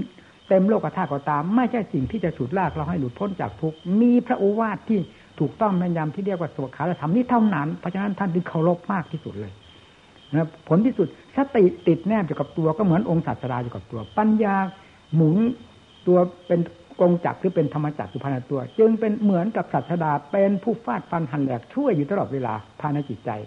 เต็มโลกธาตุก็ตามไม่ใช่สิ่งที่จะฉุดลากเราให้หลุดพ้นจากทุกข์มีพระโอวาทที่ถูกต้องแม่นยำที่เรียกว่าสวขาธรรมนี้เท่านั้นเพราะฉะนั้นท่านจึงเคารพมากที่สุดเลยนะผลที่สุดสติติดแนบอยู่กับตัวก็เหมือนองค์ศาสดาอยู่กับตัวปัญญาหมุนตัวเป็นกงจักรหรือเป็นธรรมจักรอยู่ภายในตัวจึงเป็นเหมือนกับศาสดาเป็นผู้ฟาดฟันหันแหลกช่วยอยู่ตลอดเวลาภายในจิตใจ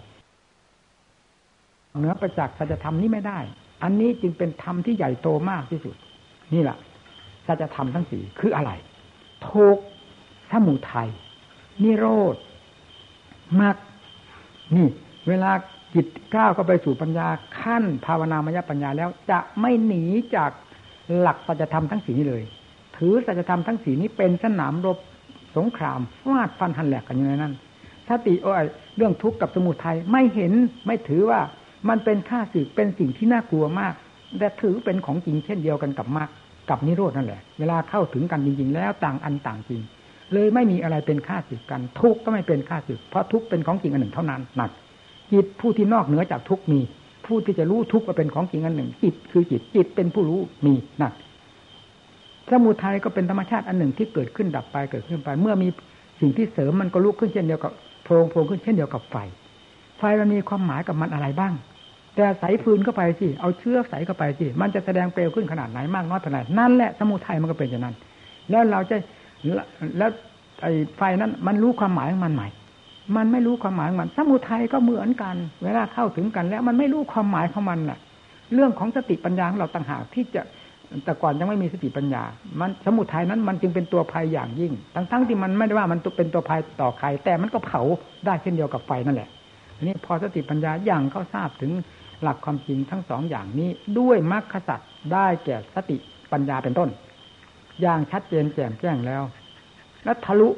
เหนือประจักษ์สัจธรรมนี้ไม่ได้อันนี้จึงเป็นธรรมที่ใหญ่โตมากที่สุดนี่แหละสัจธรรมทั้งสี่คืออะไรทุกข์สมุทัยนิโรธมรรคนี่เวลาจิตก้าวเข้าไปสู่ปัญญาขั้นภาวนามยปัญญาแล้วจะไม่หนีจากหลักสัจธรรมทั้งสี่นี้เลยถือสัจธรรมทั้งสี่นี้เป็นสนามรบสงครามฟาดฟันหันแหลกกันอยู่ในนั้นสติเรื่องทุกข์กับสมุทัยไม่เห็นไม่ถือว่ามันเป็นข้าศึกเป็นสิ่งที่น่ากลัวมากแต่ถือเป็นของจริงเช่นเดียวกันกับมรรคกับนิโรธนั่นแหละเวลาเข้าถึงกันจริงๆแล้วต่างอันต่างจริงเลยไม่มีอะไรเป็นข้าศึกกันทุกข์ก็ไม่เป็นข้าศึกเพราะทุกข์เป็นของจริงอันหนึ่งเท่านั้นนั่นจิตผู้ที่นอกเหนือจากทุกข์มีผู้ที่จะรู้ทุกข์ว่าเป็นของจริงอันหนึ่งจิตคือจิตเป็นผู้รู้มีนั่นสมุทัยก็เป็นธรรมชาติอันหนึ่งที่เกิดขึ้นดับไปเกิดขึ้นไปเมื่อมีสิ่งที่เสริมมันก็ลุกขึ้นเช่นเดียวกับโพลงขึ้นเช่นเดียวกับไฟมันมีความหมายกับมันอะไรบ้างแต่ใส่ฟืนเข้าไปสิเอาเชื้อใส่เข้าไปสิมันจะแสดงเปลวขึ้นขนาดไหนมากน้อยเท่าไหร่นั่นแหละสมุทัยมันก็เป็นอย่างนั้นแล้วเราจะแล้วไอ้ไฟนั้นมันรู้ความหมายของมันไหมมันไม่รู้ความหมายของมันสมุทัยก็เหมือนกันเวลาเข้าถึงกันแล้วมันไม่รู้ความหมายของมันแหละเรื่องของสติปัญญาของเราต่างหากที่จะแต่ก่อนยังไม่มีสติปัญญามันสมุทัยนั้นมันจึงเป็นตัวภัยอย่างยิ่งทั้งที่มันไม่ได้ว่ามันเป็นตัวภัยต่อใครแต่มันก็เผาได้เช่นเดียวกับไฟนั่นแหละทีนี้พอสติปัญญาอย่างเขาทราบถึงหลักความจริงทั้งสองอย่างนี้ด้วยมรรคสัจได้แก่สติปัญญาเป็นต้นอย่างชัดเจนแจ่มแจ้งแล้วทะลุ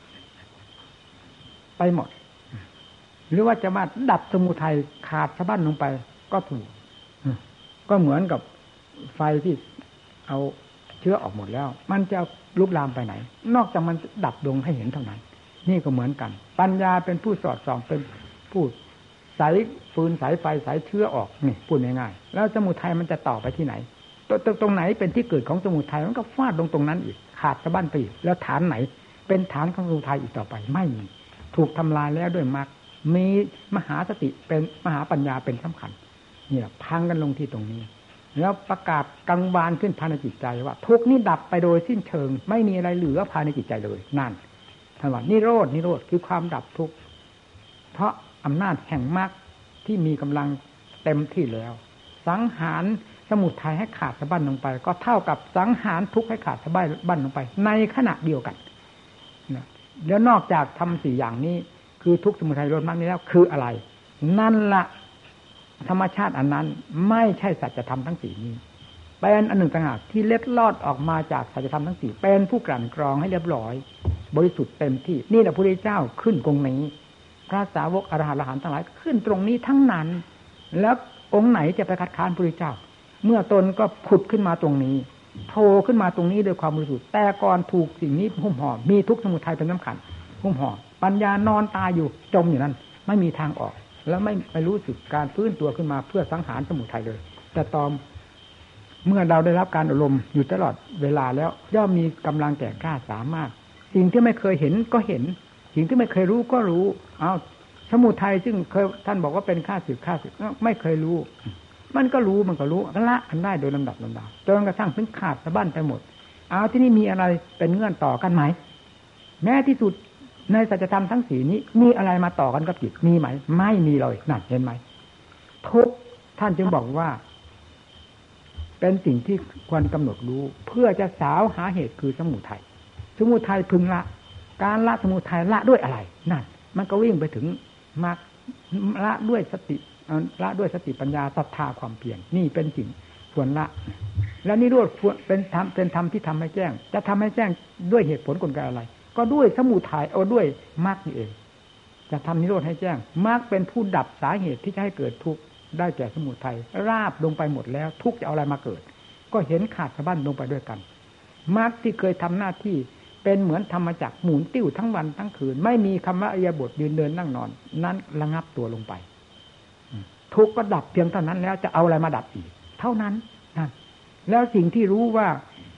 ไปหมดหรือว่าจะมาดับสมุทัยขาดสะบั้นลงไปก็ถูกก็เหมือนกับไฟที่เอาเชื้อออกหมดแล้วมันจะลุกลามไปไหนนอกจากมันดับดวงให้เห็นเท่านั้นนี่ก็เหมือนกันปัญญาเป็นผู้สอดส่องเป็นผู้สายฟืนสายไฟสายเชื้อออกนี่พูดง่ายๆแล้วสมุทัยมันจะต่อไปที่ไหนตรงไหนเป็นที่เกิดของสมุทัยมันก็ฟาดลงตรงนั้นอีกขาดสะบั้นไปอีกแล้วฐานไหนเป็นฐานของสมุทัยอีกต่อไปไม่มีถูกทำลายแล้วด้วยมรรคมีมหาสติเป็นมหาปัญญาเป็นสำคัญเนี่ยพังกันลงที่ตรงนี้แล้วประกาศกังวานขึ้นภายในจิตใจว่าทุกนี้ดับไปโดยสิ้นเชิงไม่มีอะไรเหลือภายในจิตใจเลยนั่นท่านว่านิโรธคือความดับทุกข์เพราะอำนาจแห่งมรรคที่มีกำลังเต็มที่แล้วสังหารสมุทัยให้ขาดสะบั้นลงไปก็เท่ากับสังหารทุกข์ให้ขาดสะบั้นลงไปในขณะเดียวกันแล้วนอกจากทำ4อย่างนี้คือทุกข์สมุทัยนิโรธมรรคนี้แล้วคืออะไรนั่นละธรรมชาติอันนั้นไม่ใช่สัจธรรมทั้ง4นี้เป็นอันหนึ่งต่างหากที่เล็ดลอดออกมาจากสัจธรรมทั้ง4เป็นผู้กลั่นกรองให้เรียบร้อยบริสุทธิ์เต็มที่นี่แหละพระพุทธเจ้าขึ้นตรงนี้พระสาวกอรหันต์ทั้งหลายขึ้นตรงนี้ทั้งนั้นแล้วองค์ไหนจะไปคัดค้านพระพุทธเจ้าเมื่อตนก็ผุดขึ้นมาตรงนี้โผล่ขึ้นมาตรงนี้ด้วยความบริสุทธิ์แต่ก่อนถูกสิ่งนี้หุ้มห่อมีทุกข์สมุทัยเป็นสำคัญหุ้มห่อปัญญานอนตายอยู่จมอยู่นั้นไม่มีทางออกแล้วไม่รู้สึกการฟื้นตัวขึ้นมาเพื่อสังหารสมุทัยเลยแต่ตอนเมื่อเราได้รับการอบรมอยู่ตลอดเวลาแล้วย่อมมีกำลังแก่กล้าสามารถสิ่งที่ไม่เคยเห็นก็เห็นสิ่งที่ไม่เคยรู้ก็รู้เอาสมุทัยซึ่งเคยท่านบอกว่าเป็นข้าศึกไม่เคยรู้มันก็รู้ละกันได้โดยลำดับจนกระทั่งถึงขาดสะบั้นไปหมดเอาที่นี่มีอะไรเป็นเงื่อนต่อกันไหมแม้ที่สุดในสัจธรรมทั้ง4นี้มีอะไรมาต่อกันกับจิตมีไหมไม่มีเลยนั่นเห็นไหมทุกท่านจึงบอกว่าเป็นสิ่งที่ควรกำหนดรู้เพื่อจะสาวหาเหตุคือสมุทัยพึงละการละสมุทัยละด้วยอะไรนั่นมันก็วิ่งไปถึงมรรคละด้วยสติปัญญาศรัทธาความเพียรนี่เป็นสิ่งควรละและนิโรธเป็นธรรมที่ทำให้แจ้งจะทำให้แจ้งด้วยเหตุผลกลไกอะไรก็ด้วยสมุทัยด้วยมรรคนี่เองจะทำนิโรธให้แจ้งมรรคเป็นผู้ดับสาเหตุที่จะให้เกิดทุกข์ได้แก่สมุทัยราบลงไปหมดแล้วทุกข์จะเอาอะไรมาเกิดก็เห็นขาดสะบั้นลงไปด้วยกันมรรคที่เคยทำหน้าที่เป็นเหมือนธรรมจักรหมุนติ้วทั้งวันทั้งคืนไม่มีคำว่าอิริยาบถยืนเดินนั่งนอนนั้นระงับตัวลงไปทุกข์ก็ดับเพียงเท่านั้นแล้วจะเอาอะไรมาดับอีกเท่านั้นนะแล้วสิ่งที่รู้ว่า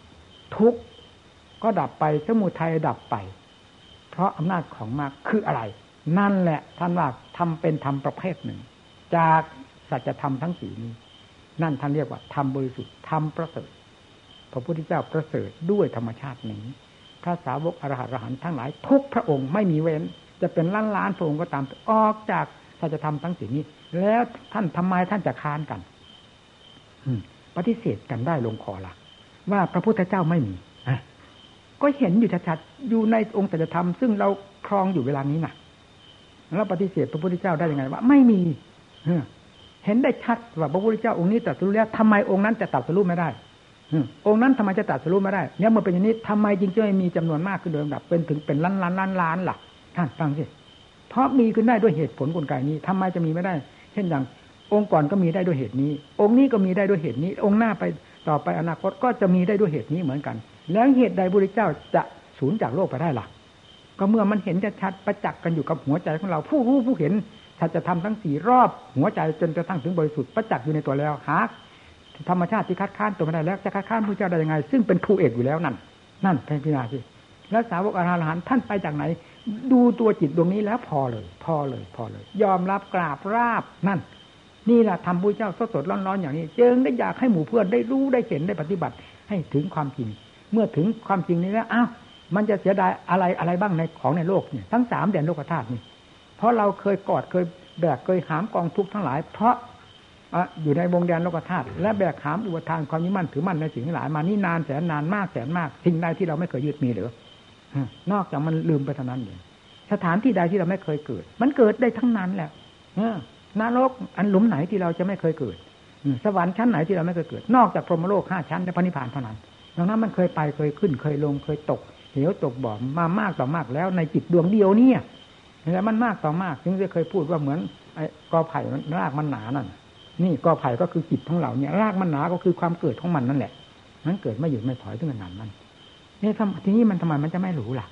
ทุกข์ก็ดับไปสมุทัยดับไปเพราะอำนาจของมรรคคืออะไรนั่นแหละท่านว่าทำเป็นธรรมประเภทหนึ่งจากสัจธรรมทั้งสี่นี้นั่นท่านเรียกว่าธรรมบริสุทธิ์ธรรมประเสริฐพระพุทธเจ้าประเสริฐด้วยธรรมชาตินี้พระสาวกอรหันต์ทั้งหลายทุกพระองค์ไม่มีเว้นจะเป็นล้านพระองค์ก็ตามออกจากสัจธรรมทั้งสี่นี้แล้วท่านทำไมท่านจะค้านกันปฏิเสธกันได้ลงคอละว่าพระพุทธเจ้าไม่มีก็เห็นอยู่ชัดๆอยู่ในองค์สัจธรรมซึ่งเราครองอยู่เวลานี้น่ะแล้วปฏิเสธพระพุทธเจ้าได้ยังไงว่าไม่มีเห็นได้ชัดว่าพระพุทธเจ้าองค์นี้ตรัสรู้แล้วทำไมองค์นั้นจะตรัสรู้ไม่ได้องค์นั้นทำไมจะตรัสรู้ไม่ได้เนี่ยเมื่อเป็นอย่างนี้ทำไมจริงจะไม่มีจำนวนมากขึ้นโดยลำดับเป็นถึงเป็นล้านล่ะท่านฟังสิเพราะมีขึ้นได้ด้วยเหตุผลกลไกนี้ทำไมจะมีไม่ได้เช่นอย่างองค์ก่อนก็มีได้ด้วยเหตุนี้องค์นี้ก็มีได้ด้วยเหตุนี้องค์หน้าไปต่อไปอนาคตก็จะมีได้ด้วยเหตุนี้เหมือนกันแล้วเหตุใดพระพุทธเจ้าจะสูญจากโลกไปได้ล่ะก็เมื่อมันเห็นชัดๆประจักษ์กันอยู่กับหัวใจของเราผู้รู้ผู้เห็นสัจธรรมทั้งสี่รอบหัวใจจนกระทั่งถึงบริสุทธิ์ประจักษ์อยู่ในตัวแล้วหาธรรมชาติที่คัดค้านตัวไม่ได้แล้วจะคัดค้านพระเจ้าได้ยังไงซึ่งเป็นครูเอกอยู่แล้วนั่นเพ่งพิจารณาสิแล้วสาวกอรหันต์ท่านไปจากไหนดูตัวจิตดวงนี้แล้วพอเลยยอมรับกราบราบนั่นนี่แหละทำพระเจ้าสดๆร้อนๆอย่างนี้จึงได้อยากให้หมู่เพื่อนได้รู้ได้เห็นได้ปฏิบัติให้ถึงความจริงเมื่อถึงความจริงนี้แล้วอ้าวมันจะเสียดายอะไรบ้างในของในโลกเนี่ยทั้ง3แดนโลกธาตุนี่เพราะเราเคยกอดเคยแบกเคยหามกองทุกข์ทั้งหลายเพราะอยู่ในวงแดนโลกธาตุและแบกหามอุปทานความยึดมั่นถือมั่นในสิ่งทั้งหลายมานี่นานแสนนานมากสิ่งใดที่เราไม่เคยยึดมีหรือนอกจากมันลืมไปเท่านั้นเองสถานที่ใดที่เราไม่เคยเกิดมันเกิดได้ทั้งนั้นแหละนรกอันหลุมไหนที่เราจะไม่เคยเกิดสวรรค์ชั้นไหนที่เราไม่เคยเกิดนอกจากพรหมโลก5ชั้นในพระนิพพานเท่านั้นดังนั้นมันเคยไปเคยขึ้นเคยลงเคยตกเหวตกบ่อมามากต่อมากแล้วในจิตดวงเดียวเนี่ยแล้วมันมากต่อมากจึงจะเคยพูดว่าเหมือนไอ้กอไผ่รากมันหนานั่นนี่กอไผ่ก็คือจิตของเราเนี่ยรากมันหนาก็คือความเกิดของมันนั่นแหละมันเกิดไม่หยุดไม่ถอยถึงขนาดนั้นนี่ทีนี้มันทำไมมันจะไม่รู้ล่ะ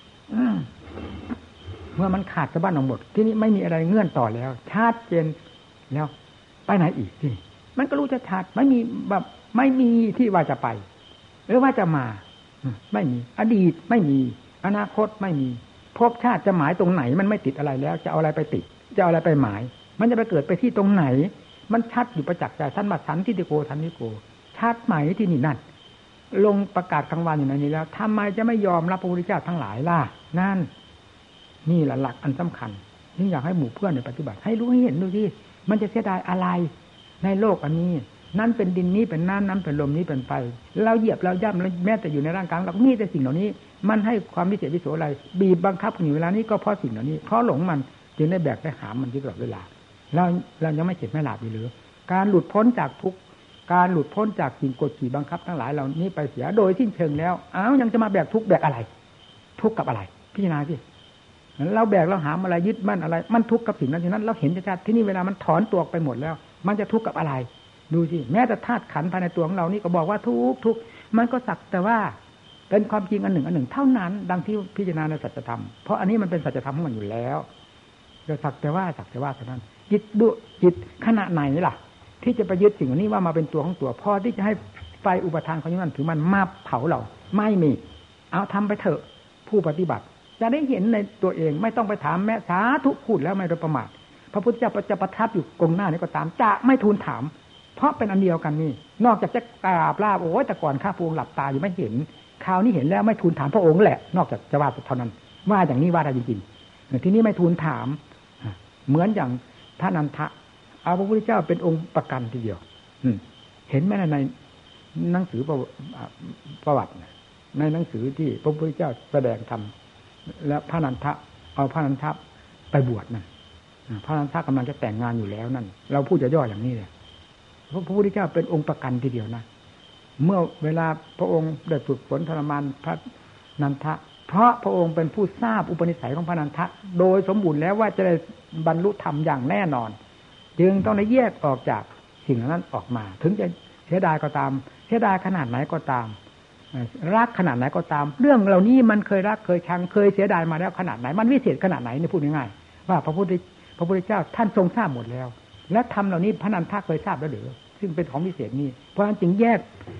เมื่อมันขาดสะบั้นออกหมดที่นี้ไม่มีอะไรเงื่อนต่อแล้วชัดเจนแล้วไปไหนอีกที่มันก็รู้ชัดไม่มีแบบไม่มีที่ว่าจะไปหรือว่าจะมาไม่มีอดีตไม่มีอนาคตไม่มีภพชาติจะหมายตรงไหนมันไม่ติดอะไรแล้วจะเอาอะไรไปติดจะเอาอะไรไปหมายมันจะไปเกิดไปที่ตรงไหนมันชัดอยู่ประจักษ์ใจท่านมาสันทิฏฐิโกทันทิโกชัดไหมที่นี่นั่นลงประกาศกลางวันอยู่ในนี้แล้วทำไมจะไม่ยอมรับพระพุทธเจ้าทั้งหลายล่ะนั่นนี่แหละหลักอันสำคัญที่อยากให้หมู่เพื่อนในปฏิบัติให้รู้ให้เห็นดูที่มันจะเสียดายอะไรในโลกอันนี้นั่นเป็นดินนี้เป็นน้ำนั้นเป็นลมนี้เป็นไฟเราเหยียบเราย่ำแล้วแม้แต่อยู่ในร่างกายเรามีแต่สิ่งเหล่านี้มันให้ความวิเศษวิโสอะไรบีบบังคับอยู่เวลานี้ก็เพราะสิ่งเหล่านี้เพราะหลงมันจึงได้แบกได้หามมันตลอดเวลาเรายังไม่เจ็บไม่หลับอยู่หรือการหลุดพ้นจากทุกการหลุดพ้นจากสิ่งกดขี่บังคับทั้งหลายเหล่านี้ไปเสียโดยสิ้นเชิงแล้วยังจะมาแบกทุกแบกอะไรทุกกับอะไรพิจารณาสิเราแบกเราหามอะไรยึดมั่นอะไรมันทุกข์กับสิ่งนั้นที่นั้นเราเห็นชัดๆที่นี่เวลามันถอนตัวไปหมดแล้วมันจะทุกข์กับอะไรดูสิแม้แต่ธาตุขันธ์ภายในตัวของเรานี่ก็บอกว่าทุกมันก็สักแต่ว่าเป็นความจริงอันหนึ่งเท่านั้นดังที่พิจารณาในสัจธรรมเพราะอันนี้มันเป็นสัจธรรมของมันอยู่แล้วจะสักแต่ว่าเท่านั้นจิตขณะไหนล่ะที่จะไปยึดสิ่งนี้ว่ามาเป็นตัวของตัวพอที่จะให้ไฟอุปทานของมันถือมันมาเผาเราไม่มีเอาทำไปเถอะผู้ปฏิบัติจะได้เห็นในตัวเองไม่ต้องไปถามแม้สาธุพูดแล้วไม่โดยประมาทพระพุทธเจ้าจะประทับอยู่ตรงหน้านี้ก็ตามจะไม่ทูลถามเพราะเป็นอันเดียวกันนี่นอกจากจะกราบลาบโอ้ยแต่ก่อนข้าพระองค์หลับตาอยู่ไม่เห็นคราวนี้เห็นแล้วไม่ทูลถามพระองค์แหละนอกจากจะว่าเท่านั้นว่าอย่างนี้ว่าได้จริงๆทีนี้ไม่ทูลถามเหมือนอย่างพระนันทะเอาพระพุทธเจ้าเป็นองค์ประกันทีเดียวเห็นไหมในหนังสือประวัติในหนังสือที่พระพุทธเจ้าแสดงธรรมแล้วพระนันทะเอาพระนันทะไปบวชนั่นพระนันทะกำลังจะแต่งงานอยู่แล้วนั่นเราพูดย่อๆอย่างนี้เลยพระพุทธเจ้าเป็นองค์ประกันทีเดียวนะเมื่อเวลาพระองค์ได้ฝึกฝนทรมานพระนันทะเพราะพระองค์เป็นผู้ทราบอุปนิสัยของพระนันทะโดยสมบูรณ์แล้วว่าจะได้บรรลุธรรมอย่างแน่นอนจึงต้องได้แยกออกจากสิ่งนั้นออกมาถึงจะเสียดายก็ตามเสียดายขนาดไหนก็ตามรักขนาดไหนก็ตามเรื่องเหล่านี้มันเคยรักเคยชังเคยเสียดายมาแล้วขนาดไหนมันวิเศษขนาดไหนนี่พูดง่ายๆว่าพระพุทธเจ้าท่านทรงทราบหมดแล้วและธรรมเหล่านี้พระนันทะเคยทราบแล้วหรือซึ่งเป็นของวิเศษนี้เพราะฉะนั้นจึงแยก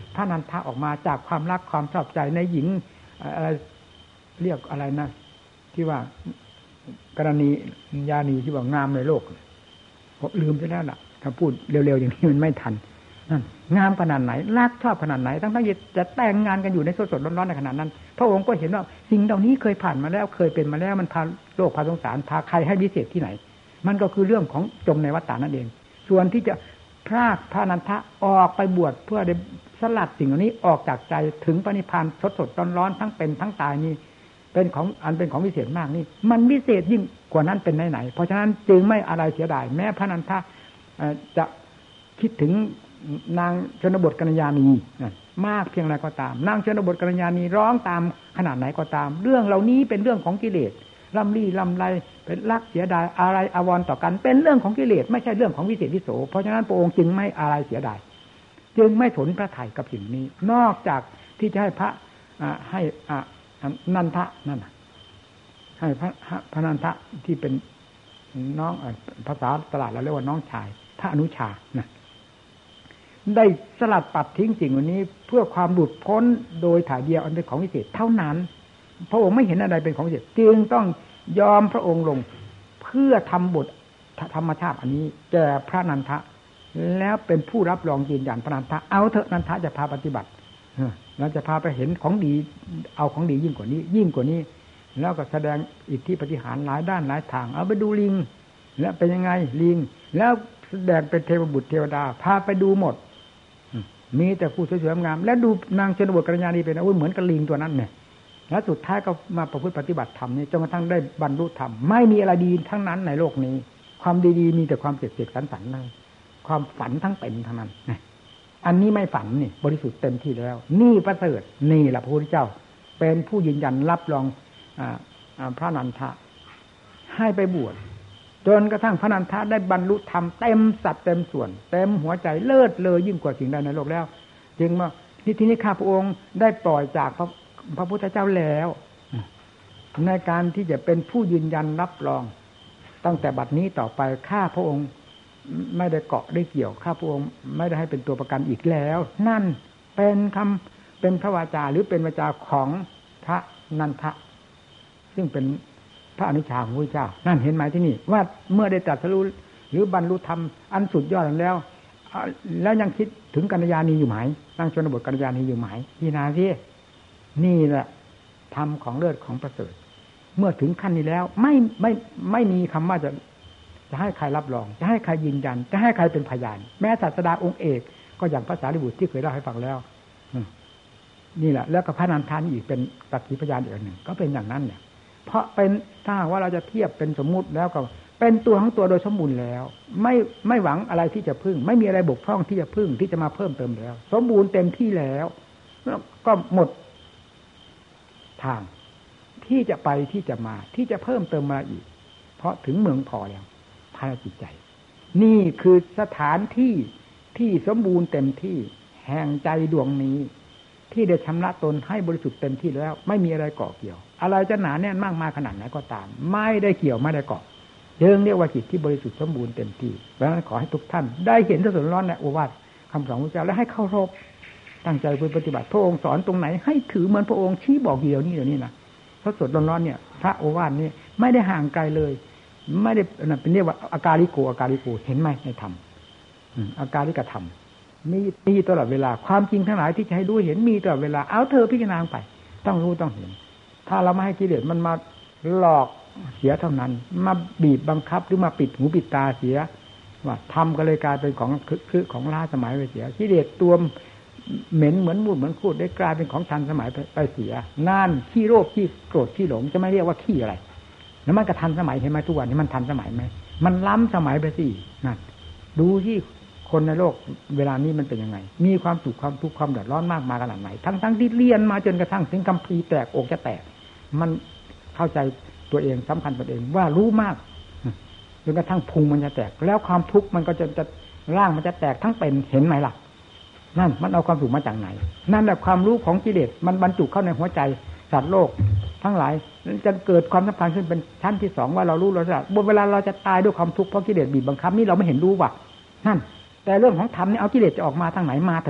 พระนันทะออกมาจากความรักความชอบใจในหญิงอะไรเรียกอะไรนะที่ว่ากรณียานีที่ว่างามในโลกผมลืมไปแล้วล่ะถ้าพูดเร็วๆอย่างนี้มันไม่ทันนั่นงามขนาดไหนรักชอบขนาดไหนทั้งจะแต่งงานกันอยู่ในสดๆร้อนๆในขนาดนั้นพระองค์ก็เห็นว่าสิ่งเหล่านี้เคยผ่านมาแล้วเคยเป็นมาแล้วมันพาโลกพาสงสารพาใครให้วิเศษที่ไหนมันก็คือเรื่องของจมในวัฏฏานั่นเองส่วนที่จะพรากพระนันทะออกไปบวชเพื่อได้สลัดสิ่งเหล่านี้ออกจากใจถึงพระนิพพานสดๆร้อนๆทั้งเป็นทั้งตายนี่เป็นของวิเศษมากนี่มันวิเศษยิ่งกว่านั้นเป็นไหนๆเพราะฉะนั้นจึงไม่อะไรเสียดายแม้พระนันทะจะคิดถึงนางชนบทกัญญาณีมากเพียงไรก็ตามนางชนบทกัญญาณีร้องตามขนาดไหนก็ตามเรื่องเหล่านี้เป็นเรื่องของกิเลสลำลี่ลำไรเป็นรักเสียดายอะไรอาวรณ์ต่อกันเป็นเรื่องของกิเลสไม่ใช่เรื่องของวิเศษวิโสเพราะฉะนั้นพระองค์จึงไม่อะไรเสียดายจึงไม่สนพระทัยกับสิ่งนี้นอกจากที่จะให้พระให้นันทะนั่นให้พระนันทะที่เป็นน้องภาษาตลาดเราเรียกว่าน้องชายพระอนุชานะได้สลัดปัดทิ้งสิ่งเหล่านี้เพื่อความหลุดพ้นโดยถ่ายเดียวอันเป็นของวิเศษเท่านั้นพระองค์ไม่เห็นอะไรเป็นของวิเศษจึงต้องยอมพระองค์ลงเพื่อทำบทธรรมชาติอันนี้แก่พระนันทะแล้วเป็นผู้รับรองยืนยันพระนันทะเอาเถอะนันทะจะพาปฏิบัติเราจะพาไปเห็นของดีเอาของดียิ่งกว่านี้แล้วก็แสดงอิทธิปฏิหารหลายด้านหลายทางเอาไปดูลิงแล้วเป็นยังไงลิงแล้วแสดงเป็นเทวบุตรเทวดาพาไปดูหมดมีแต่ผู้สวยๆงามแล้วดูนางชนบทกัญญาณีเป็นเหมือนกับลิงตัวนั้นเนี่ยแล้วสุดท้ายก็มาประพฤติปฏิบัติธรรมนี่จนกระทั่งได้บรรลุธรรมไม่มีอะไรดีทั้งนั้นในโลกนี้ความดีๆมีแต่ความเสกๆสันๆนั่นความฝันทั้งเป็นทั้งนั้นอันนี้ไม่ฝันนี่บริสุทธิ์เต็มที่แล้วนี่ประเสริฐนี่แหละพระพุทธเจ้าเป็นผู้ยืนยันรับรองพระนันทะให้ไปบวชจนกระทั่งพระนันทะได้บรรลุธรรมเต็มสัดเต็มส่วนเต็มหัวใจเลิศเลยยิ่งกว่าสิ่งใดในโลกแล้วจึงว่าที่นี้ข้าพระองค์ได้ปล่อยจากพระพุทธเจ้าแล้วในการที่จะเป็นผู้ยืนยันรับรองตั้งแต่บัดนี้ต่อไปข้าพระองค์ไม่ได้เกาะได้เกี่ยวข้าพระองค์ไม่ได้ให้เป็นตัวประกันอีกแล้วนั่นเป็นพระวาจาหรือเป็นวาจาของพระนันทะซึ่งเป็นพระอนุชาของพระเจ้านั่นเห็นไหมที่นี่ว่าเมื่อได้ตรัสรู้หรือบรรลุธรรมอันสุดยอดแล้วยังคิดถึงกัญญาณีอยู่ไหมนางชนบทกัญญาณีอยู่ไหมพี่นาสินี่แหละธรรมของเลิศของประเสริฐเมื่อถึงขั้นนี้แล้วไม่มีคำว่าจะให้ใครรับรองจะให้ใครยืนยันจะให้ใครเป็นพยานแม้ศาสดาองค์เอกก็อย่างพระสารีบุตรที่เคยเล่าให้ฟังแล้วนี่แหละแล้วก็พระนันทานี่อีกเป็นสักขีพยานอีกหนึ่งก็เป็นอย่างนั้นเนี่ยเพราะเป็นถ้าว่าเราจะเทียบเป็นสมมุติแล้วก็เป็นตัวของตัวโดยสมบูรณ์แล้วไม่หวังอะไรที่จะพึ่งไม่มีอะไรบกพร่องที่จะพึ่งที่จะมาเพิ่มเติมแล้วสมบูรณ์เต็มที่แล้วก็หมดทางที่จะไปที่จะมาที่จะเพิ่มเติมมาอีกเพราะถึงเมืองพอแล้วภายในจิตใจนี่คือสถานที่ที่สมบูรณ์เต็มที่แห่งใจดวงนี้ที่ได้ชำระตนให้บริสุทธิ์เต็มที่แล้วไม่มีอะไรเกาะเกี่ยวอะไรจะหนาแน่นมากมายขนาดไหนก็ตามไม่ได้เกี่ยวไม่ได้เกาะเรียกว่าจิตที่บริสุทธิ์สมบูรณ์เต็มที่เพราะฉะนั้นขอให้ทุกท่านได้เห็นสดๆร้อนในโอวาทคำสอนของพระเจ้าและให้เคารพตั้งใจปฏิบัติพระองค์สอนตรงไหนให้ถือเหมือนพระองค์ชี้บอกเดียวนี้นะสดๆร้อนๆเนี่ยพระโอวาทนี่ไม่ได้ห่างไกลเลยไม่ได้เป็นเรียกว่าอาการิโกเห็นไหมในธรรมอาการิกธรรมมีตลอดเวลาความจริงทั้งหลายที่จะให้รู้เห็นมีตลอดเวลาเอาเธอพิจารณาไปต้องรู้ต้องเห็นถ้าเราไม่ให้กิเลสมันมาหลอกเสียเท่านั้นมาบีบบังคับหรือมาปิดหูปิดตาเสียว่าทำก็เลยกลายเป็นของล้าสมัยไปเสียกิเลสตัวเหม็นเหมือนมูดเหมือนคูดได้กลายเป็นของทันสมัยไปเสียนั่นขี้โรคขี้โกรธขี้หลงจะไม่เรียกว่าขี้อะไรแล้วมันก็ทันสมัยเห็นไหมทุกวันนี้มันทันสมัยไหมมันล้ำสมัยไปสินั่นดูที่คนในโลกเวลานี้มันเป็นยังไงมีความสุขความทุกข์ความเดือดร้อนมากมายขนาดไหนทั้งที่เรียนมาจนกระทั่งถึงคัมภีร์แตกอกจะแตกมันเข้าใจตัวเองสำคัญตัวเองว่ารู้มากจนกระทั่งพุงมันจะแตกแล้วความทุกข์มันก็จะร่างมันจะแตกทั้งเป็นเห็นไหมล่ะนั่นมันเอาความสุขมาจากไหนนั่นแหละความรู้ของกิเลสมันบรรจุเข้าในหัวใจสัตว์โลกทั้งหลายจะเกิดความสัมพันธ์ขึ้นเป็นชั้นที่สองว่าเรารู้เราจะบนเวลาเราจะตายด้วยความทุกข์เพราะกิเลสบีบบังคับนี่เราไม่เห็นรู้ว่ะนั่นแต่เรื่องของธรรมนี่เอากิเลสจะออกมาทางไหนมาเถอะ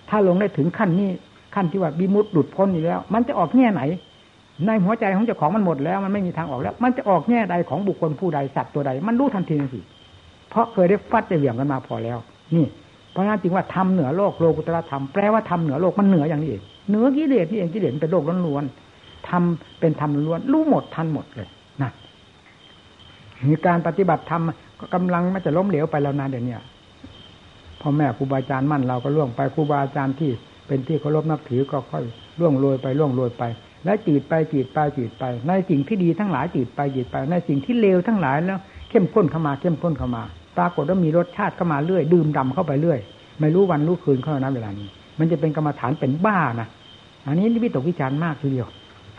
ถ้าลงได้ถึงขั้นนี้ขั้นที่ว่าวิมุตติหลุดพ้นอยู่แล้วมันจะออกแง่ไหนในหัวใจของเจ้าของมันหมดแล้วมันไม่มีทางออกแล้วมันจะออกแง่ใดของบุคคลผู้ใดสัตว์ตัวใดมันรู้ทันทีสิเพราะเคยได้ฟัดได้เหวี่ยงกันมาพอแล้วนี่เพราะงั้นจึงว่าทำเหนือโลกโลกุตตรธรรมแปลว่าทำเหนือโลกมันเหนืออย่างนี้เองเหนือกิเลสนี่เองกิเลสเป็นโลกล้วนๆทำเป็นธรรมล้วนรู้หมดทันหมดเลยนะมีการปฏิบัติธรรมก็กำลังมันจะล้มเหลวไปแล้วนะเดี๋ยวนี้พ่อแม่ครูบาอาจารย์มั่นเราก็ล่วงไปครูบาอาจารย์ที่เป็นที่เคารพนับถือก็ค่อยล่วงโรยไปแล้วจืดไปในสิ่งที่ดีทั้งหลายจืดไปในสิ่งที่เลวทั้งหลายแล้วเข้มข้นเข้ามาปรากฏว่ามีรสชาติเข้ามาเรื่อยดื่มดำเข้าไปเรื่อยไม่รู้วันรู้คืนเข้านะเวลานี้มันจะเป็นกรรมฐานเป็นบ้านะอันนี้วิตกวิจารณ์มากทีเดียว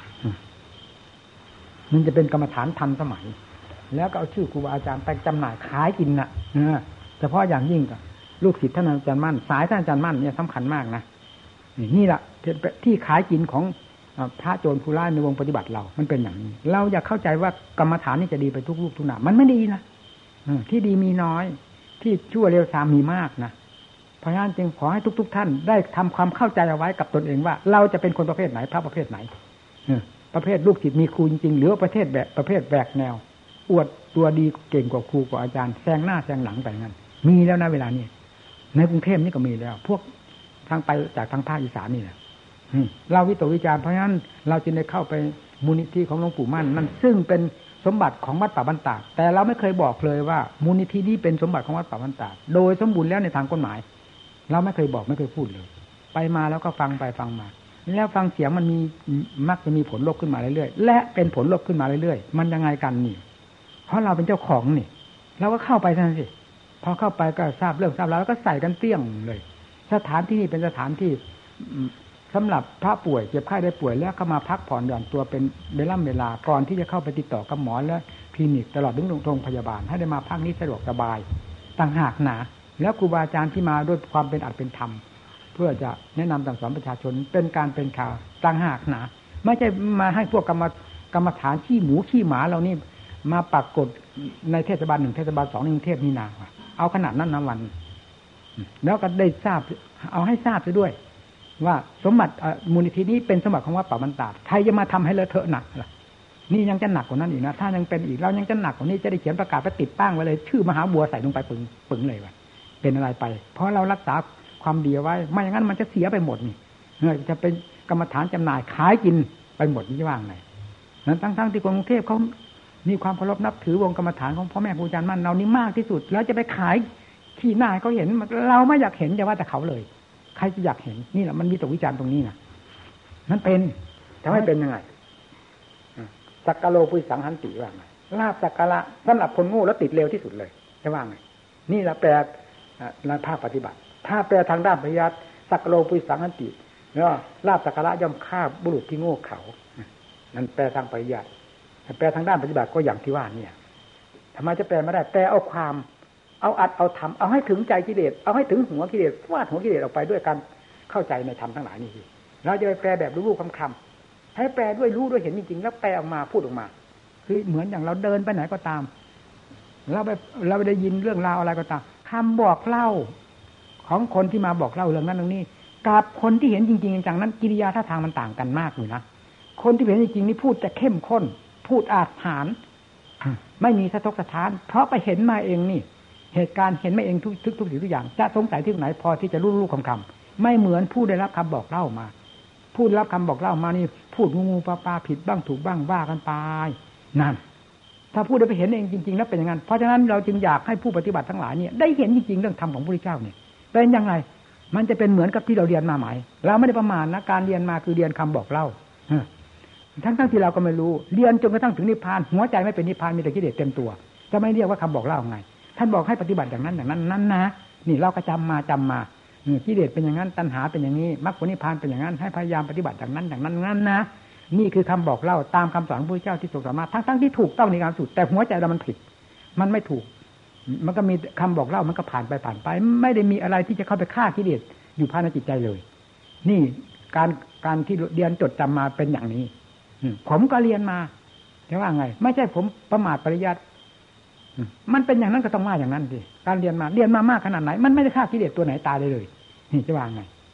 มันจะเป็นกรรมฐานทันสมัยแล้วก็เอาชื่อครูบาอาจารย์ไปจำหน่ายขายกินน่ะเฉพาะอย่างยิ่งกับลูกศิษย์ท่านอาจารย์มั่นสายท่านอาจารย์มั่นเนี่ยสำคัญมากนะนี่แหละที่ขายกินของพระโจรผู้ร้ายในวงปฏิบัติเรามันเป็นอย่างนี้เราอยากเข้าใจว่ากรรมฐานนี่จะดีไปทุกรูปทุกนามมันไม่ดีนะที่ดีมีน้อยที่ชั่วเร็วซามมีมากนะเพราะฉะนั้นจึงขอให้ทุกท่านได้ทำความเข้าใจเอาไว้กับตนเองว่าเราจะเป็นคนประเภทไหนพระประเภทไหนประเภทลูกศิษย์มีครูจริงๆหรือประเภทแบกแนวอวดตัวดีเก่งกว่าครูกว่าอาจารย์แซงหน้าแซงหลังไปงั้นมีแล้วนะเวลานี้ในกรุงเทพนี่ก็มีแล้วพวกทางไปจากทางภาคอีสานนี่แหละเราวิตกวิจารณ์เพราะฉะนั้นเราจึงได้เข้าไปมูลนิธิของหลวงปู่มั่นนั่นซึ่งเป็นสมบัติของวัดป่าบ้านตากแต่เราไม่เคยบอกเลยว่ามูลนิธินี้เป็นสมบัติของวัดป่าบ้านตากโดยสมบูรณ์แล้วในทางกฎหมายเราไม่เคยบอกไม่เคยพูดเลยไปมาแล้วก็ฟังไปฟังมาแล้วฟังเสียงมันมีมักจะมีผลลบขึ้นมาเรื่อยๆและเป็นผลลบขึ้นมาเรื่อยๆมันยังไงกันนี่เพราะเราเป็นเจ้าของนี่เราก็เข้าไปซะสิพอเข้าไปก็ทราบเรื่องทราบแล้วก็ใส่กันเตี้ยงเลยสถานที่นี่เป็นสถานที่สำหรับพระป่วยเจ็บไข้ได้ป่วยแล้วก็มาพักผ่อนหย่อนตัวเป็นเวลาก่อนที่จะเข้าไปติดต่อกับหมอและคลินิกตลอดถึงโรงพยาบาลให้ได้มาพักนี้สะดวกสบายต่างหากหนาแล้วครูบาอาจารย์ที่มาด้วยความเป็นอัตเป็นธรรมเพื่อจะแนะนำสั่งสอนประชาชนเป็นการเป็นข่าวต่างหากหนาไม่ใช่มาให้พวกกรรมฐานขี้หมูขี้หมาเรานี่มาปรากฏในเทศบาล1เทศบาล2ในกรุงเทพนี่นาเอาขนาดนั้นนะวันแล้วก็ได้ทราบเอาให้ทราบซะด้วยว่าสมบัติมูลนิธินี้เป็นสมบัติของวัดป่าบ้านตากใครจะมาทำให้เลอะเทอะหนักล่ะนี่ยังจะหนักกว่านั้นอีกนะถ้ายังเป็นอีกเรายังจะหนักกว่านี้จะได้เขียนประกาศไปติดตั้งไว้เลยชื่อมหาบัวใส่ลงไปปึงเลยว่าเป็นอะไรไปเพราะเรารักษาความดีไว้ไม่อย่างนั้นมันจะเสียไปหมดนี่จะเป็นกรรมฐานจำหน่ายขายกินไปหมดนี่ว่างไงนั้นทั้งที่กรุงเทพเขามีความเคารพนับถือวงกรรมฐานของพ่อแม่ครูอาจารย์มั่นเรานี่มากที่สุดแล้วจะไปขายขี้หน้าเขาเห็นเราไม่อยากเห็นจะว่าแต่เขาเลยใครจะอยากเห็นนี่แหละมันมีตกวิจารณ์ตรงนี้นะนั่นเป็นแต่ไม่เป็นยังไงสักกะโลปุยสังหันติว่าไงลาบสักกะละสำหรับคนโง่แล้วติดเร็วที่สุดเลยจะว่าไงนี่แหละแปลในภาคปฏิบัติถ้าแปลทางด้านปริยัติสักกะโลปุยสังหันติแล้วลาบสักกะละย่อมฆ่าบุรุษที่โง่เขานั่นแปลทางปริยัติแปลทางด้านปฏิบัติก็อย่างที่ว่าเนี่ยทำไมจะแปลไม่ได้แปลเอาความเอาอัดเอาทำเอาให้ถึงใจกิเลสเอาให้ถึงหัวกิเลสฟาดหัวกิเลสออกไปด้วยการเข้าใจในธรรมทั้งหลายนี่เราจะไปแปลแบบรู้ๆคำๆให้แปลด้วยรู้ด้วยเห็นจริงๆแล้วแปลออกมาพูดออกมาคือเหมือนอย่างเราเดินไปไหนก็ตามเราไปได้ยินเรื่องราวอะไรก็ตามคำบอกเล่าของคนที่มาบอกเล่าเรื่องนั้นเรื่องนี้กับคนที่เห็นจริงๆจังๆนั้นกิริยาท่าทางมันต่างกันมากเลยนะคนที่เห็นจริงๆนี่พูดจะเข้มข้นพูดอาถรรพ์ไม่มีสะทกสะท้านเพราะไปเห็นมาเองนี่เหตุการณ์เห็นมาเองทุกสิ่งทุกอย่างจะสงสัยที่ไหนพอที่จะรู้คำไม่เหมือนผู้ได้รับคำบอกเล่ามาผู้ได้รับคำบอกเล่ามานี่พูดงูปลาผิดบ้างถูกบ้างว่ากันไปนั่นถ้าผู้ได้ไปเห็นเองจริงๆแล้วเป็นอย่างนั้นเพราะฉะนั้นเราจึงอยากให้ผู้ปฏิบัติทั้งหลายเนี่ยได้เห็นจริงๆเรื่องธรรมของพระพุทธเจ้าเนี่ยเป็นยังไงมันจะเป็นเหมือนกับที่เราเรียนมาไหมเราไม่ได้ประมาณนะการเรียนมาคือเรียนคำบอกเล่าทั้งที่เราก็ไม่รู้เรียนจนกระทั่งถึงนิพพานหัวใจไม่เป็นนิพพานมีแต่กิเลสเต็มตัวจะไม่เรียกว่าคำบอกเล่าไงท่านบอกให้ปฏิบัติอย่างนั้นนั่นนะนี่เราก็จำมากิเลสเป็นอย่างนั้นตัณหาเป็นอย่างนี้มรรคผลนิพพานเป็นอย่างนั้นให้พยายามปฏิบัติอย่างนั้นนะนี่คือคำบอกเล่าตามคำสอนของพระพุทธเจ้าที่ทรงสอนมาทั้งที่ถูกต้องในการสุดแต่หัวใจเรามันผิดมันไม่ถูกมันก็มีคำบอกเล่ามันก็ผ่านไปไม่ได้มีอะไรที่จะเข้าไปฆ่ากิเลสอยู่ภายในจิตใจเลยนี่การที่เรียนจดจำมาเป็นอย่างนี้ผมก็เรียนมาแต่ว่าไงไม่ใช่ผมประมาทปริยัติมันเป็นอย่างนั้นก็ต้องว่าอย่างนั้นสิการเรียนมามากขนาดไหนมันไม่ได้ฆ่ากิเลสตัวไหนตายเลยนี่จะว่าไง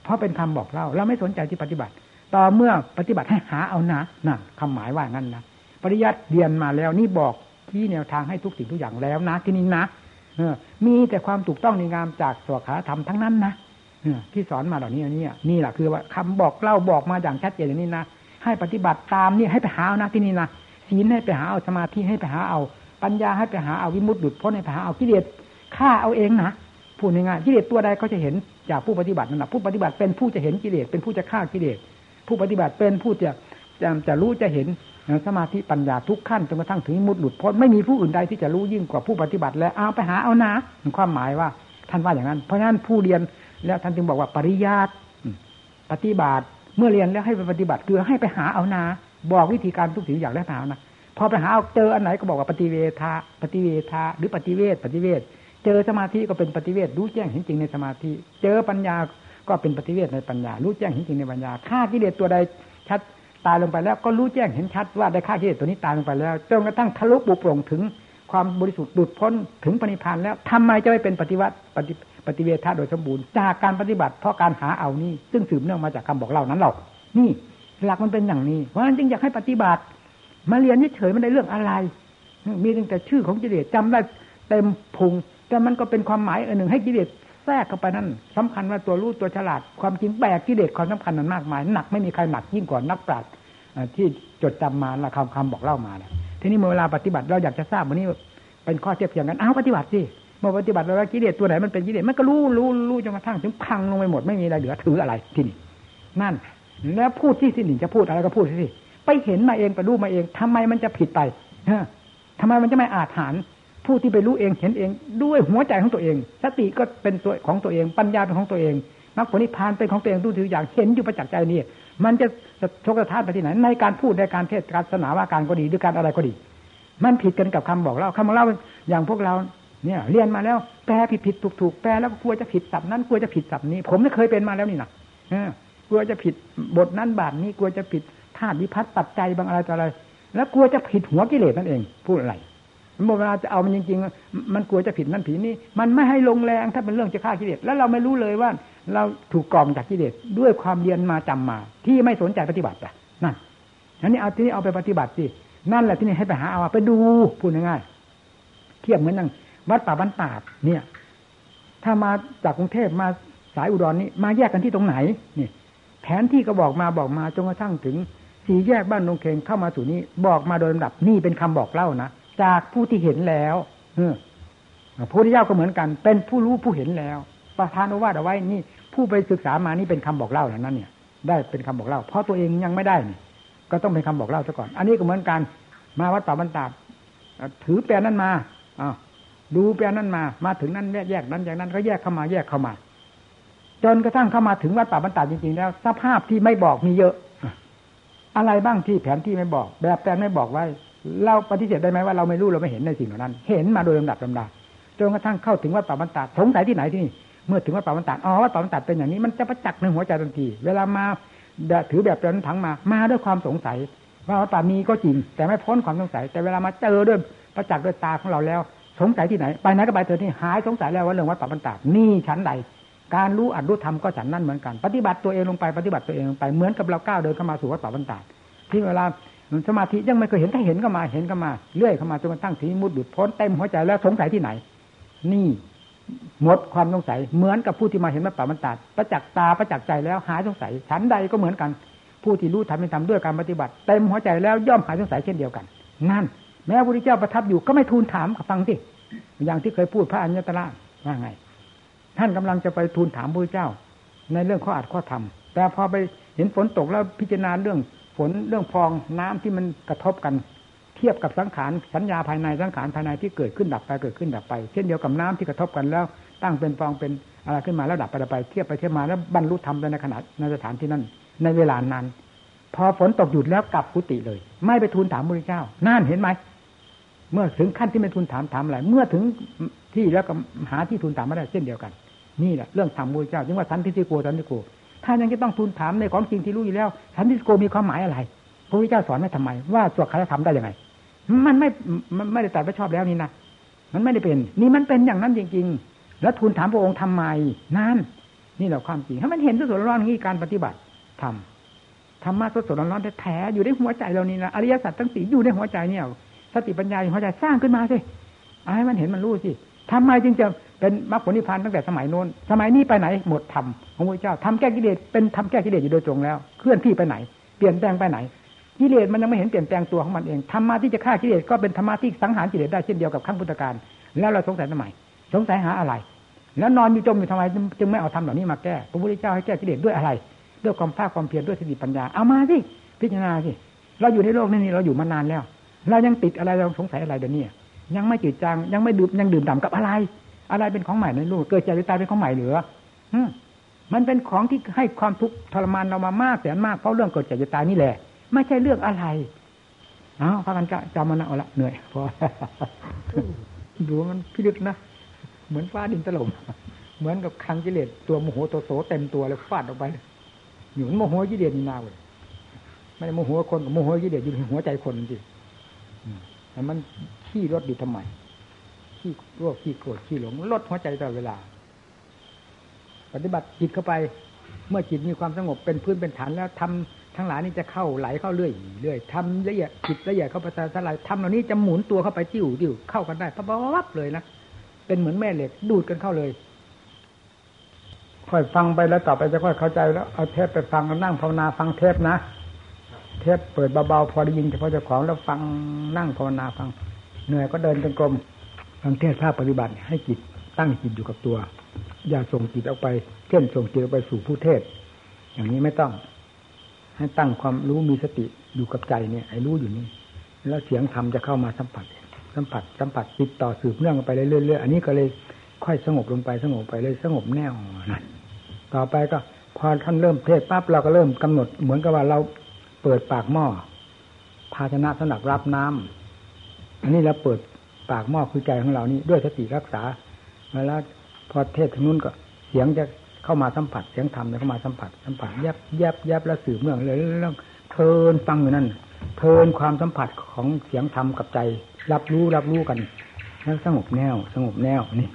เพราะเป็นคำบอกเล่าเราไม่สนใจที่ปฏิบัติต่อเมื่อปฏิบัติให้หาเอานะนั่นคำหมายว่างั้นนะปริยัติเรียนมาแล้วนี่บอกที่แนวทางให้ทุกสิ่งทุกอย่างแล้วนะที่นี่นะมีแต่ความถูกต้องในงามจากสวขาธรรมทั้งนั้นนะที่สอนมาเหล่านี้นี่แหละคือว่าคำบอกเล่าบอกมาอย่างชัดเจนอย่างนี้นะให้ปฏิบัติตามนี่ให้ไปหาเอานะที่นี่นะศีลให้ไปหาเอาสมาธิให้ไปหาเอาปัญญาให้ไปหาเอาวิมุตติหลุดพ้นให้ไปหาเอากิเลสฆ่าเอาเองนะพูดง่ายๆกิเลสตัวใดก็จะเห็นจากผู้ปฏิบัตินั่นแหละผู้ปฏิบัติเป็นผู้จะเห็นกิเลสเป็นผู้จะฆ่ากิเลสผู้ปฏิบัติเป็นผู้จะรู้จะเห็นสมาธิปัญญาทุกขั้นจนกระทั่งถึงมุดหลุดพ้นไม่มีผู้อื่นใดที่จะรู้ยิ่งกว่าผู้ปฏิบัติแล้วเอาไปหาเอานะความหมายว่าท่านว่าอย่างนั้นเพราะฉะนั้นผู้เรียนแล้วท่านจึงบอกว่าปริยัติปฏิบัติเมื่อเรียนแล้วให้ไปปฏิบัติคือให้ไปหาเอานะบอกวิธีการทุกสิ่งอย่างแล้วหานะพอไปหาเอาเจออันไหนก็บอกว่าปฏิเวทาหรือปฏิเวทเจอสมาธิก็เป็นปฏิเวทรู้แจ้งเห็นจริงในสมาธิเจอปัญญาก็เป็นปฏิเวทในปัญญารู้แจ้งเห็นจริงในปัญญาฆ่ากิเลสตัวใดชัดตายลงไปแล้วก็รู้แจ้งเห็นชัดว่าได้ฆ่ากิเลสตัวนี้ตายลงไปแล้วจนกระทั่งทะลุปุโปร่งถึงความบริสุทธิ์หลุดพ้นถึงปณิพพานแล้วทำไมจะไม่เป็นปฏิเวทาโดยสมบูรณ์จากการปฏิบัติเพราะการหาเอานี่ซึ่งสืบเนื่องมาจากคำบอกเล่านั้นหรอกนี่หลักมันเป็นอย่างนี้เพราะฉะนั้นจึงอยากให้ปฏิบัติมาเรียนเฉยๆมันได้เรื่องอะไรมีแต่ชื่อของกิเลสจำได้เต็มพุงแต่มันก็เป็นความหมายอันหนึ่งให้กิเลสแทรกเข้าไปนั่นสำคัญว่าตัวรู้ตัวฉลาดความจริงแบกกิเลสความสำคัญมันมากมายหนักไม่มีใครหนักยิ่งกว่านักปราชญ์ที่จดจำมาและคำบอกเล่ามาแล้วทีนี้เมื่อเวลาปฏิบัติเราอยากจะทราบวันนี้เป็นข้อเทียบเทียงกันปฏิบัติสิเมื่อปฏิบัติแล้วกิเลสตัวไหนมันเป็นกิเลสมันก็รู้จนกระทั่งถึงพังลงไปหมดไม่มีอะไรเหลือถืออะไรที่นี่นั่นแล้วพูดที่สิหนิจะพูดอะไรก็พูดสิไปเห็นมาเองไปรู้มาเองทำไมมันจะผิดไปทำไมมันจะไม่อาจหารผู้ที่ไปรู้เองเห็นเองด้วยหัวใจของตัวเองสติก็เป็นตัวของตัวเองปัญญาเป็นของตัวเองมรรคผลนิพพานเป็นของตัวเองดูถืออย่างเห็นอยู่ประจักษ์ใจนี่มันจะชกกระทาไปที่ไหนในการพูดในการเทศการศาสนาว่าการก็ดีหรือการอะไรก็ดีมันผิดกันกับคำบอกเล่าคำบอกเล่าอย่างพวกเราเนี่ยเรียนมาแล้วแปลผิดถูกแปลแล้วกลัวจะผิดศัพท์นั้นกลัวจะผิดศัพท์นี้ผมไม่เคยเป็นมาแล้วนี่นะกลัวจะผิดบทนั้นบาทนี้กลัวจะผิดธาตุวิภัตปัจจัยบางอะไรต่ออะไรแล้วกลัวจะผิดหัวกิเลสนั่นเองพูดอะไรเวลาจะเอามันจริงๆมันกลัวจะผิดนั่นผิดนี่มันไม่ให้ลงแรงถ้าเป็นเรื่องจะฆ่ากิเลสแล้วเราไม่รู้เลยว่าเราถูกกล่อมจากกิเลสด้วยความเรียนมาจำมาที่ไม่สนใจปฏิบัติอ่ะนั่นอันนี้เอาที่นี่เอาไปปฏิบัติสินั่นแหละที่นี่ให้ไปหาเอาไปดูพูดง่ายๆเทียบเหมือนนั่งวัดป่าบ้านตาดเนี่ยถ้ามาจากกรุงเทพมาสายอุดรนี่มาแยกกันที่ตรงไหนนี่แผนที่ก็บอกมาจนกระทั่งถึงสี่แยกบ้านดงเคงเข้ามาสู่นี้บอกมาโดยลำดับนี่เป็นคำบอกเล่านะจากผู้ที่เห็นแล้วพระพุทธเจ้าก็เหมือนกันเป็นผู้รู้ผู้เห็นแล้วประธานโอวาทเอาไว้นี่ผู้ไปศึกษามานี่เป็นคำบอกเล่าแล้วนั่นเนี่ยได้เป็นคำบอกเล่าเพราะตัวเองยังไม่ได้นี่ก็ต้องเป็นคำบอกเล่าซะก่อนอันนี้ก็เหมือนกันมาวัดป่าบรรดาถือแปลนนั้นมาดูแปลนนั้นมาถึงนั้นแยกนั้นอย่างนั้นก็แยกเข้ามาจนกระทั่งเข้ามาถึงวัดป่าบรรดาจริงๆแล้วสภาพที่ไม่บอกมีเยอะอะไรบ้างที่แผนที่ไม่บอกแบบแปลนไม่บอกไว้เราปฏิเสธได้ไหมว่าเราไม่รู้เราไม่เห็นในสิ่งเหล่านั้นเห็นมาโดยลำดับลำดาจนกระทั่งเข้าถึงวัดป่าบรรดาสงสัยที่ไหนที่นี่เมื่อถึงวัดป่าบรรดาวัดป่าบรรดาเป็นอย่างนี้มันจะประจักษ์ในหัวใจทันทีเวลามาถือแบบแปลนถังมาด้วยความสงสัยว่าวัดป่ามีก็จริงแต่ไม่พ้นความสงสัยแต่เวลามาเจอด้วยประจักษ์ด้วยตาของเราแล้วสงสัยที่ไหนไปไหนก็ไปเถอะที่หายสงสัยแล้วว่าเรื่องวัดป่าบรรดานี่ชั้นใดการรู้อัดรู้ทำก็ฉันนั่นเหมือนกันปฏิบัติตัวเองลงไปเหมือนกับเราก้าวเดินเข้ามาสู่วัดป่าบรรดาที่เวลาสมาธิยังไม่เคยเห็นถ้าเห็นก็มาเรื่อยเข้ามาจนกระทั่งถึงมุดหลุดพ้นเต็มหัวใจแล้วสงสัยที่ไหนนี่หมดความสงสัยเหมือนกับผู้ที่มาเห็นวัดป่าบรรดาประจักษ์ตาประจักษ์ใจแล้วหายสงสัยชั้นใดก็เหมือนกันผู้ที่รู้ทำเป็นทำด้วยการปฏิบัติเต็มหัวใจแล้วย่อมหายสงสัยเช่นเดียวกันนั่นแม้พระพุทธเจ้าประทับอยู่ก็ไม่ทูลถามฟังสิอย่างที่เคยพูดพระอัญญตระว่าไงท่านกำลังจะไปทูลถามพระพุทธเจ้าในเรื่องข้ออัดข้อธรรมแต่พอไปเห็นฝนตกแล้วพิจารณาเรื่องฝนเรื่องฟองน้ำที่มันกระทบกันเทียบกับสังขารสัญญาภายในสังขารภายในที่เกิดขึ้นดับไปเช่นเดียวกับน้ำที่กระทบกันแล้วตั้งเป็นฟองเป็นอะไรขึ้นมาแล้วดับไปเทียบไปเทียบมาแล้วบรรลุธรรมในขณะในสถานที่นั้นในเวลานั้นพอฝนตกหยุดแล้วกลับกุฏิเลยไม่ไปทูลถามพระพุทธเจ้านั่นเห็นไหมเมื่อถึงขั้นที่ไม่ทูลถามอะไรเมื่อถึงที่แล้วก็หาที่ทูลถามไม่ได้เช่นเดียวกันนี่แหละเรื่องธรรมพระพุทธเจ้าจึงว่าสันติโกถ้ายังจะต้องทูลถามในของจริงที่รู้อยู่แล้วสันติโกมีความหมายอะไรพระพุทธเจ้าสอนไว้ทำไมว่าสวดคาถาธรรมได้ยังไงมันไม่ได้ตัดไปชอบแล้วนี่นะมันไม่ได้เป็นนี่มันเป็นอย่างนั้นจริงๆแล้วทูลถามพระองค์ทำไมนั่นนี่แหละความจริงให้มันเห็นสดๆร้อนๆอย่างนี้การปฏิบัติธรรมะสดๆร้อนๆแท้ๆอยู่ในหัวใจเรานี่นะอริยสัจทั้งสี่อยู่ในหัวใจเนี่ยสติปัญญาอยู่หัวใจสร้างขึ้นมาสิเอาให้มันเห็นมันรู้สิทำไมจึงจะเป็นมรรคผลนิพพานตั้งแต่สมัยโน้นสมัยนี้ไปไหนหมดธรรมของพระเจ้าทำแก้กิเลสเป็นทำแก้กิเลสอยู่โดยตรงแล้วเคลื่อนที่ไปไหนเปลี่ยนแปลงไปไหนกิเลสมันยังไม่เห็นเปลี่ยนแปลงตัวของมันเองธรรมะที่จะฆ่ากิเลสก็เป็นธรรมะที่สังหารกิเลสได้เช่นเดียวกับครั้งพุทธกาลแล้วเราสงสัยทำไมสงสัยหาอะไรแล้วนอนอยู่จมอยู่ทำไมจึงไม่เอาธรรมเหล่านี้มาแก้พระพุทธเจ้าให้แก้กิเลสด้วยอะไรด้วยความภาคความเพียรด้วยสติปัญญาเอามาสิพิจารณาสิเราอยู่ในโลกนี้เราอยู่มานานแล้วเรายังติดอะไรเราสงสัยอะไรเดี๋ยวนี้ยังไม่จืดจางยังไม่ดื่มยังดื่มด่ำกับอะไรเป็นของใหม่ในโลกเกิดจากหรือตายเป็นของใหม่เหรือมันเป็นของที่ให้ความทุกข์ทรมานเรามามากแสนมากเพราะเรื่องเกิดจากหรือตายนี่แหละไม่ใช่เรื่องอะไรพากันจำมันเอาละเหนื่อยพอดูมันพิลึกนะเหมือนฟ้าดินถล่มเหมือนกับคลังกิเลสตัวโมโหตัวโสเต็มตัวเลยฟาดออกไปอยู่มันโมโหกิเลสนี่นาเว้ยไม่ได้โมโหคนกับโมโหกิเลสอยู่ในหัวใจคนจริงแต่มันขี้รถอยู่ทำไมขี้โรคขี้โกรธขี้หลงลดหัวใจตลอดเวลาปฏิบัติจิตเข้าไปเมื่อจิตมีความสงบเป็นพื้นเป็นฐานแล้วทำทั้งหลายนี่จะเข้าไหลเข้าเรื่อยทำละเอียดจิตละเอียดเข้าไปสลายทำเหล่านี้จะหมุนตัวเข้าไปติ้วเข้ากันได้ปั๊บเลยนะเป็นเหมือนแม่เหล็กดูดกันเข้าเลยค่อยฟังไปแล้วต่อไปจะค่อยเข้าใจแล้วเอาเทปไปฟังแล้วนั่งภาวนาฟังเทปนะเทปเปิดเบาๆพอได้ยินเฉพาะเจ้าของแล้วฟังนั่งภาวนาฟังเหนื่อยก็เดินจงกรมฟังเทศภาคปฏิบัติให้จิตตั้งจิตอยู่กับตัวอย่าส่งจิตออกไปเช่นส่งจิตออกไปสู่ผู้เทศอย่างนี้ไม่ต้องให้ตั้งความรู้มีสติอยู่กับใจเนี่ยให้รู้อยู่นี่แล้วเสียงธรรมจะเข้ามาสัมผัสติดต่อสืบเนื่องไปเรื่อยๆอันนี้ก็เลยค่อยสงบลงไปเลยสงบแน่วนั่นต่อไปก็พอท่านเริ่มเทศปั๊บเราก็เริ่มกำหนดเหมือนกับว่าเราเปิดปากหม้อภาชนะสำหรับรับน้ำอันนี้เราเปิดปากหม้อคือใจของเรานี่ด้วยสติรักษาแล้วพอเทศทางนู้นก็เสียงจะเข้ามาสัมผัสเสียงธรรมจะเข้ามาสัมผัสแยบแล้วสืบเนื่องเลยเรื่องเพลินฟังอยู่นั่นเพลินความสัมผัสของเสียงธรรมกับใจรับรู้กันแล้วสงบแนวนี่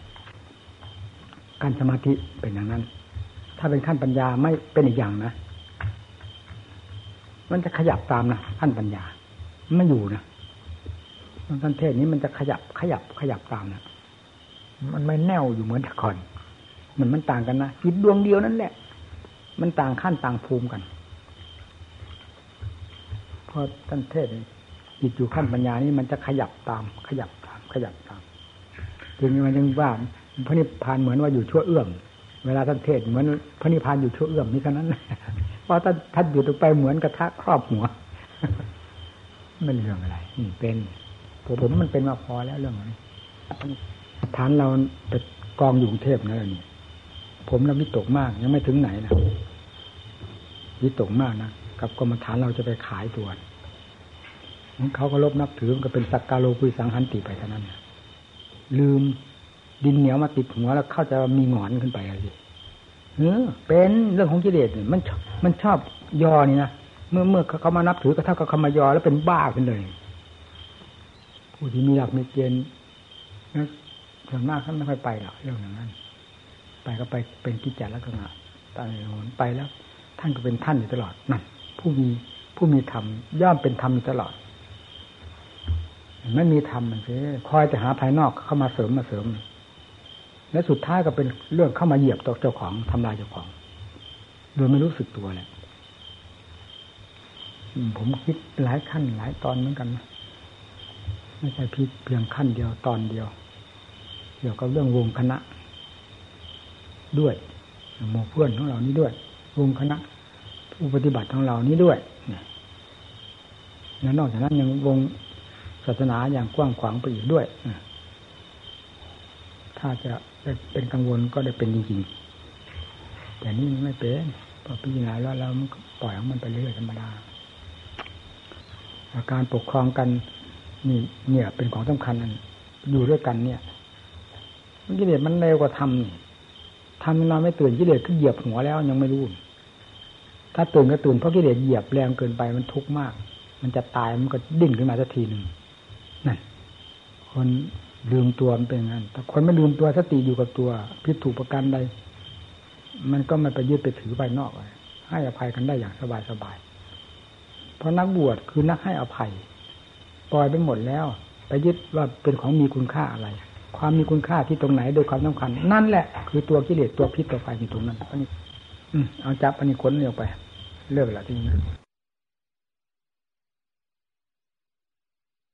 การสมาธิเป็นอย่างนั้นถ้าเป็นขั้นปัญญาไม่เป็นอีกอย่างนะมันจะขยับตามนะขั้นปัญญาไม่อยู่นะท่านเทศนี้มันจะขยับตามนะมันไม่แน่วอยู่เหมือนแต่ก่อนมันต่างกันนะจิตดวงเดียวนั่นแหละมันต่างขั้นต่างภูมิกันพอท่านเทศจิตอยู่ขั้นปัญญานี้มันจะขยับตามถึงมันยังว่าพระนิพพานเหมือนว่าอยู่ชั่วเอื้อมเวลาท่านเทศเหมือนพระนิพพานอยู่ชั่วเอื้อมนี่แค่นั้นเพราะท่านอยู่ตรงไปเหมือนกระทะครอบหัวไม่เรื่องอะไรเป็นผมมันเป็นมาพอแล้วเรื่องนี้ฐานเราไปกองอยู่กรุงเทพนั่นนี่ผมเราวิตกมากยังไม่ถึงไหนนะวิตกมากนะกับกรรมฐานเราจะไปขายตัวเขาก็ลบนับถือมันก็เป็นสักกาโลกุยสังหันติไปเท่านั้นลืมดินเหนียวมาติดหัวแล้วเข้าใจว่ามีหงอนขึ้นไปอะไรเป็นเรื่องของกิเลสเนี่ยมันชอบยอนี่นะเมื่อเขามานับถือก็เท่ากับเขามายอแล้วเป็นบ้าขึ้นเลยผู้ที่มีหลักมีเกณฑ์นะส่วนมากท่านไม่ค่อยไปหรอกเรื่องอย่างนั้นไปก็ไปเป็นกิจจลักษณะตายโหนไปแล้วท่านก็เป็นท่านอยู่ตลอดนั่นผู้มีธรรมย่อมเป็นธรรมอยู่ตลอดไม่มีธรรมมันสิคอยจะหาภายนอกเข้ามาเสริมและสุดท้ายก็เป็นเรื่องเข้ามาเหยียบตัวเจ้าของทำลายเจ้าของโดยไม่รู้สึกตัวเลยผมคิดหลายขั้นหลายตอนเหมือนกันนะไม่ใช่เพียงขั้นเดียวตอนเดียวเกี่ยวกับเรื่องวงคณะด้วยหมู่เพื่อนของเรานี้ด้วยวงคณะผู้ปฏิบัติของเรานี้ด้วยแล้วนอกจากนั้นยังวงศาสนาอย่างกว้างขวางไปอีกด้วยถ้าจะได้เป็นกังวลก็ได้เป็นจริงๆแต่นี่ไม่เป็นพอพิจารณาแล้วเราปล่อยของมันไปเรื่อยธรรมดาการปกครองกันเนี่ยเป็นของสำคัญนั่นอยู่ด้วยกันเนี่ยกิเลสมันเร็วกว่าทำนอนไม่ตื่นกิเลสขึ้นเหยียบหัวแล้วยังไม่รู้ถ้าตื่นก็ตื่นเพราะกิเลสเหยียบแรงเกินไปมันทุกข์มากมันจะตายมันก็ดิ้นขึ้นมาสักทีหนึ่งนั่นคนลืมตัวมันเป็นงั้นแต่คนไม่ลืมตัวสติอยู่กับตัวผิดถูกประการใดมันก็ไม่ไปยึดไปถือภายนอกเลยให้อภัยกันได้อย่างสบายๆเพราะนักบวชคือนักให้อภัยปล่อยไปหมดแล้วไปยึดว่าเป็นของมีคุณค่าอะไรความมีคุณค่าที่ตรงไหนโดยความสำคัญนั่นแหละคือตัวกิเลสตัวพิษตัวไฟอยู่ตรงนั้นอันนี้เอาจับอันนี้ขนเร็วไปเลิกละทีนี้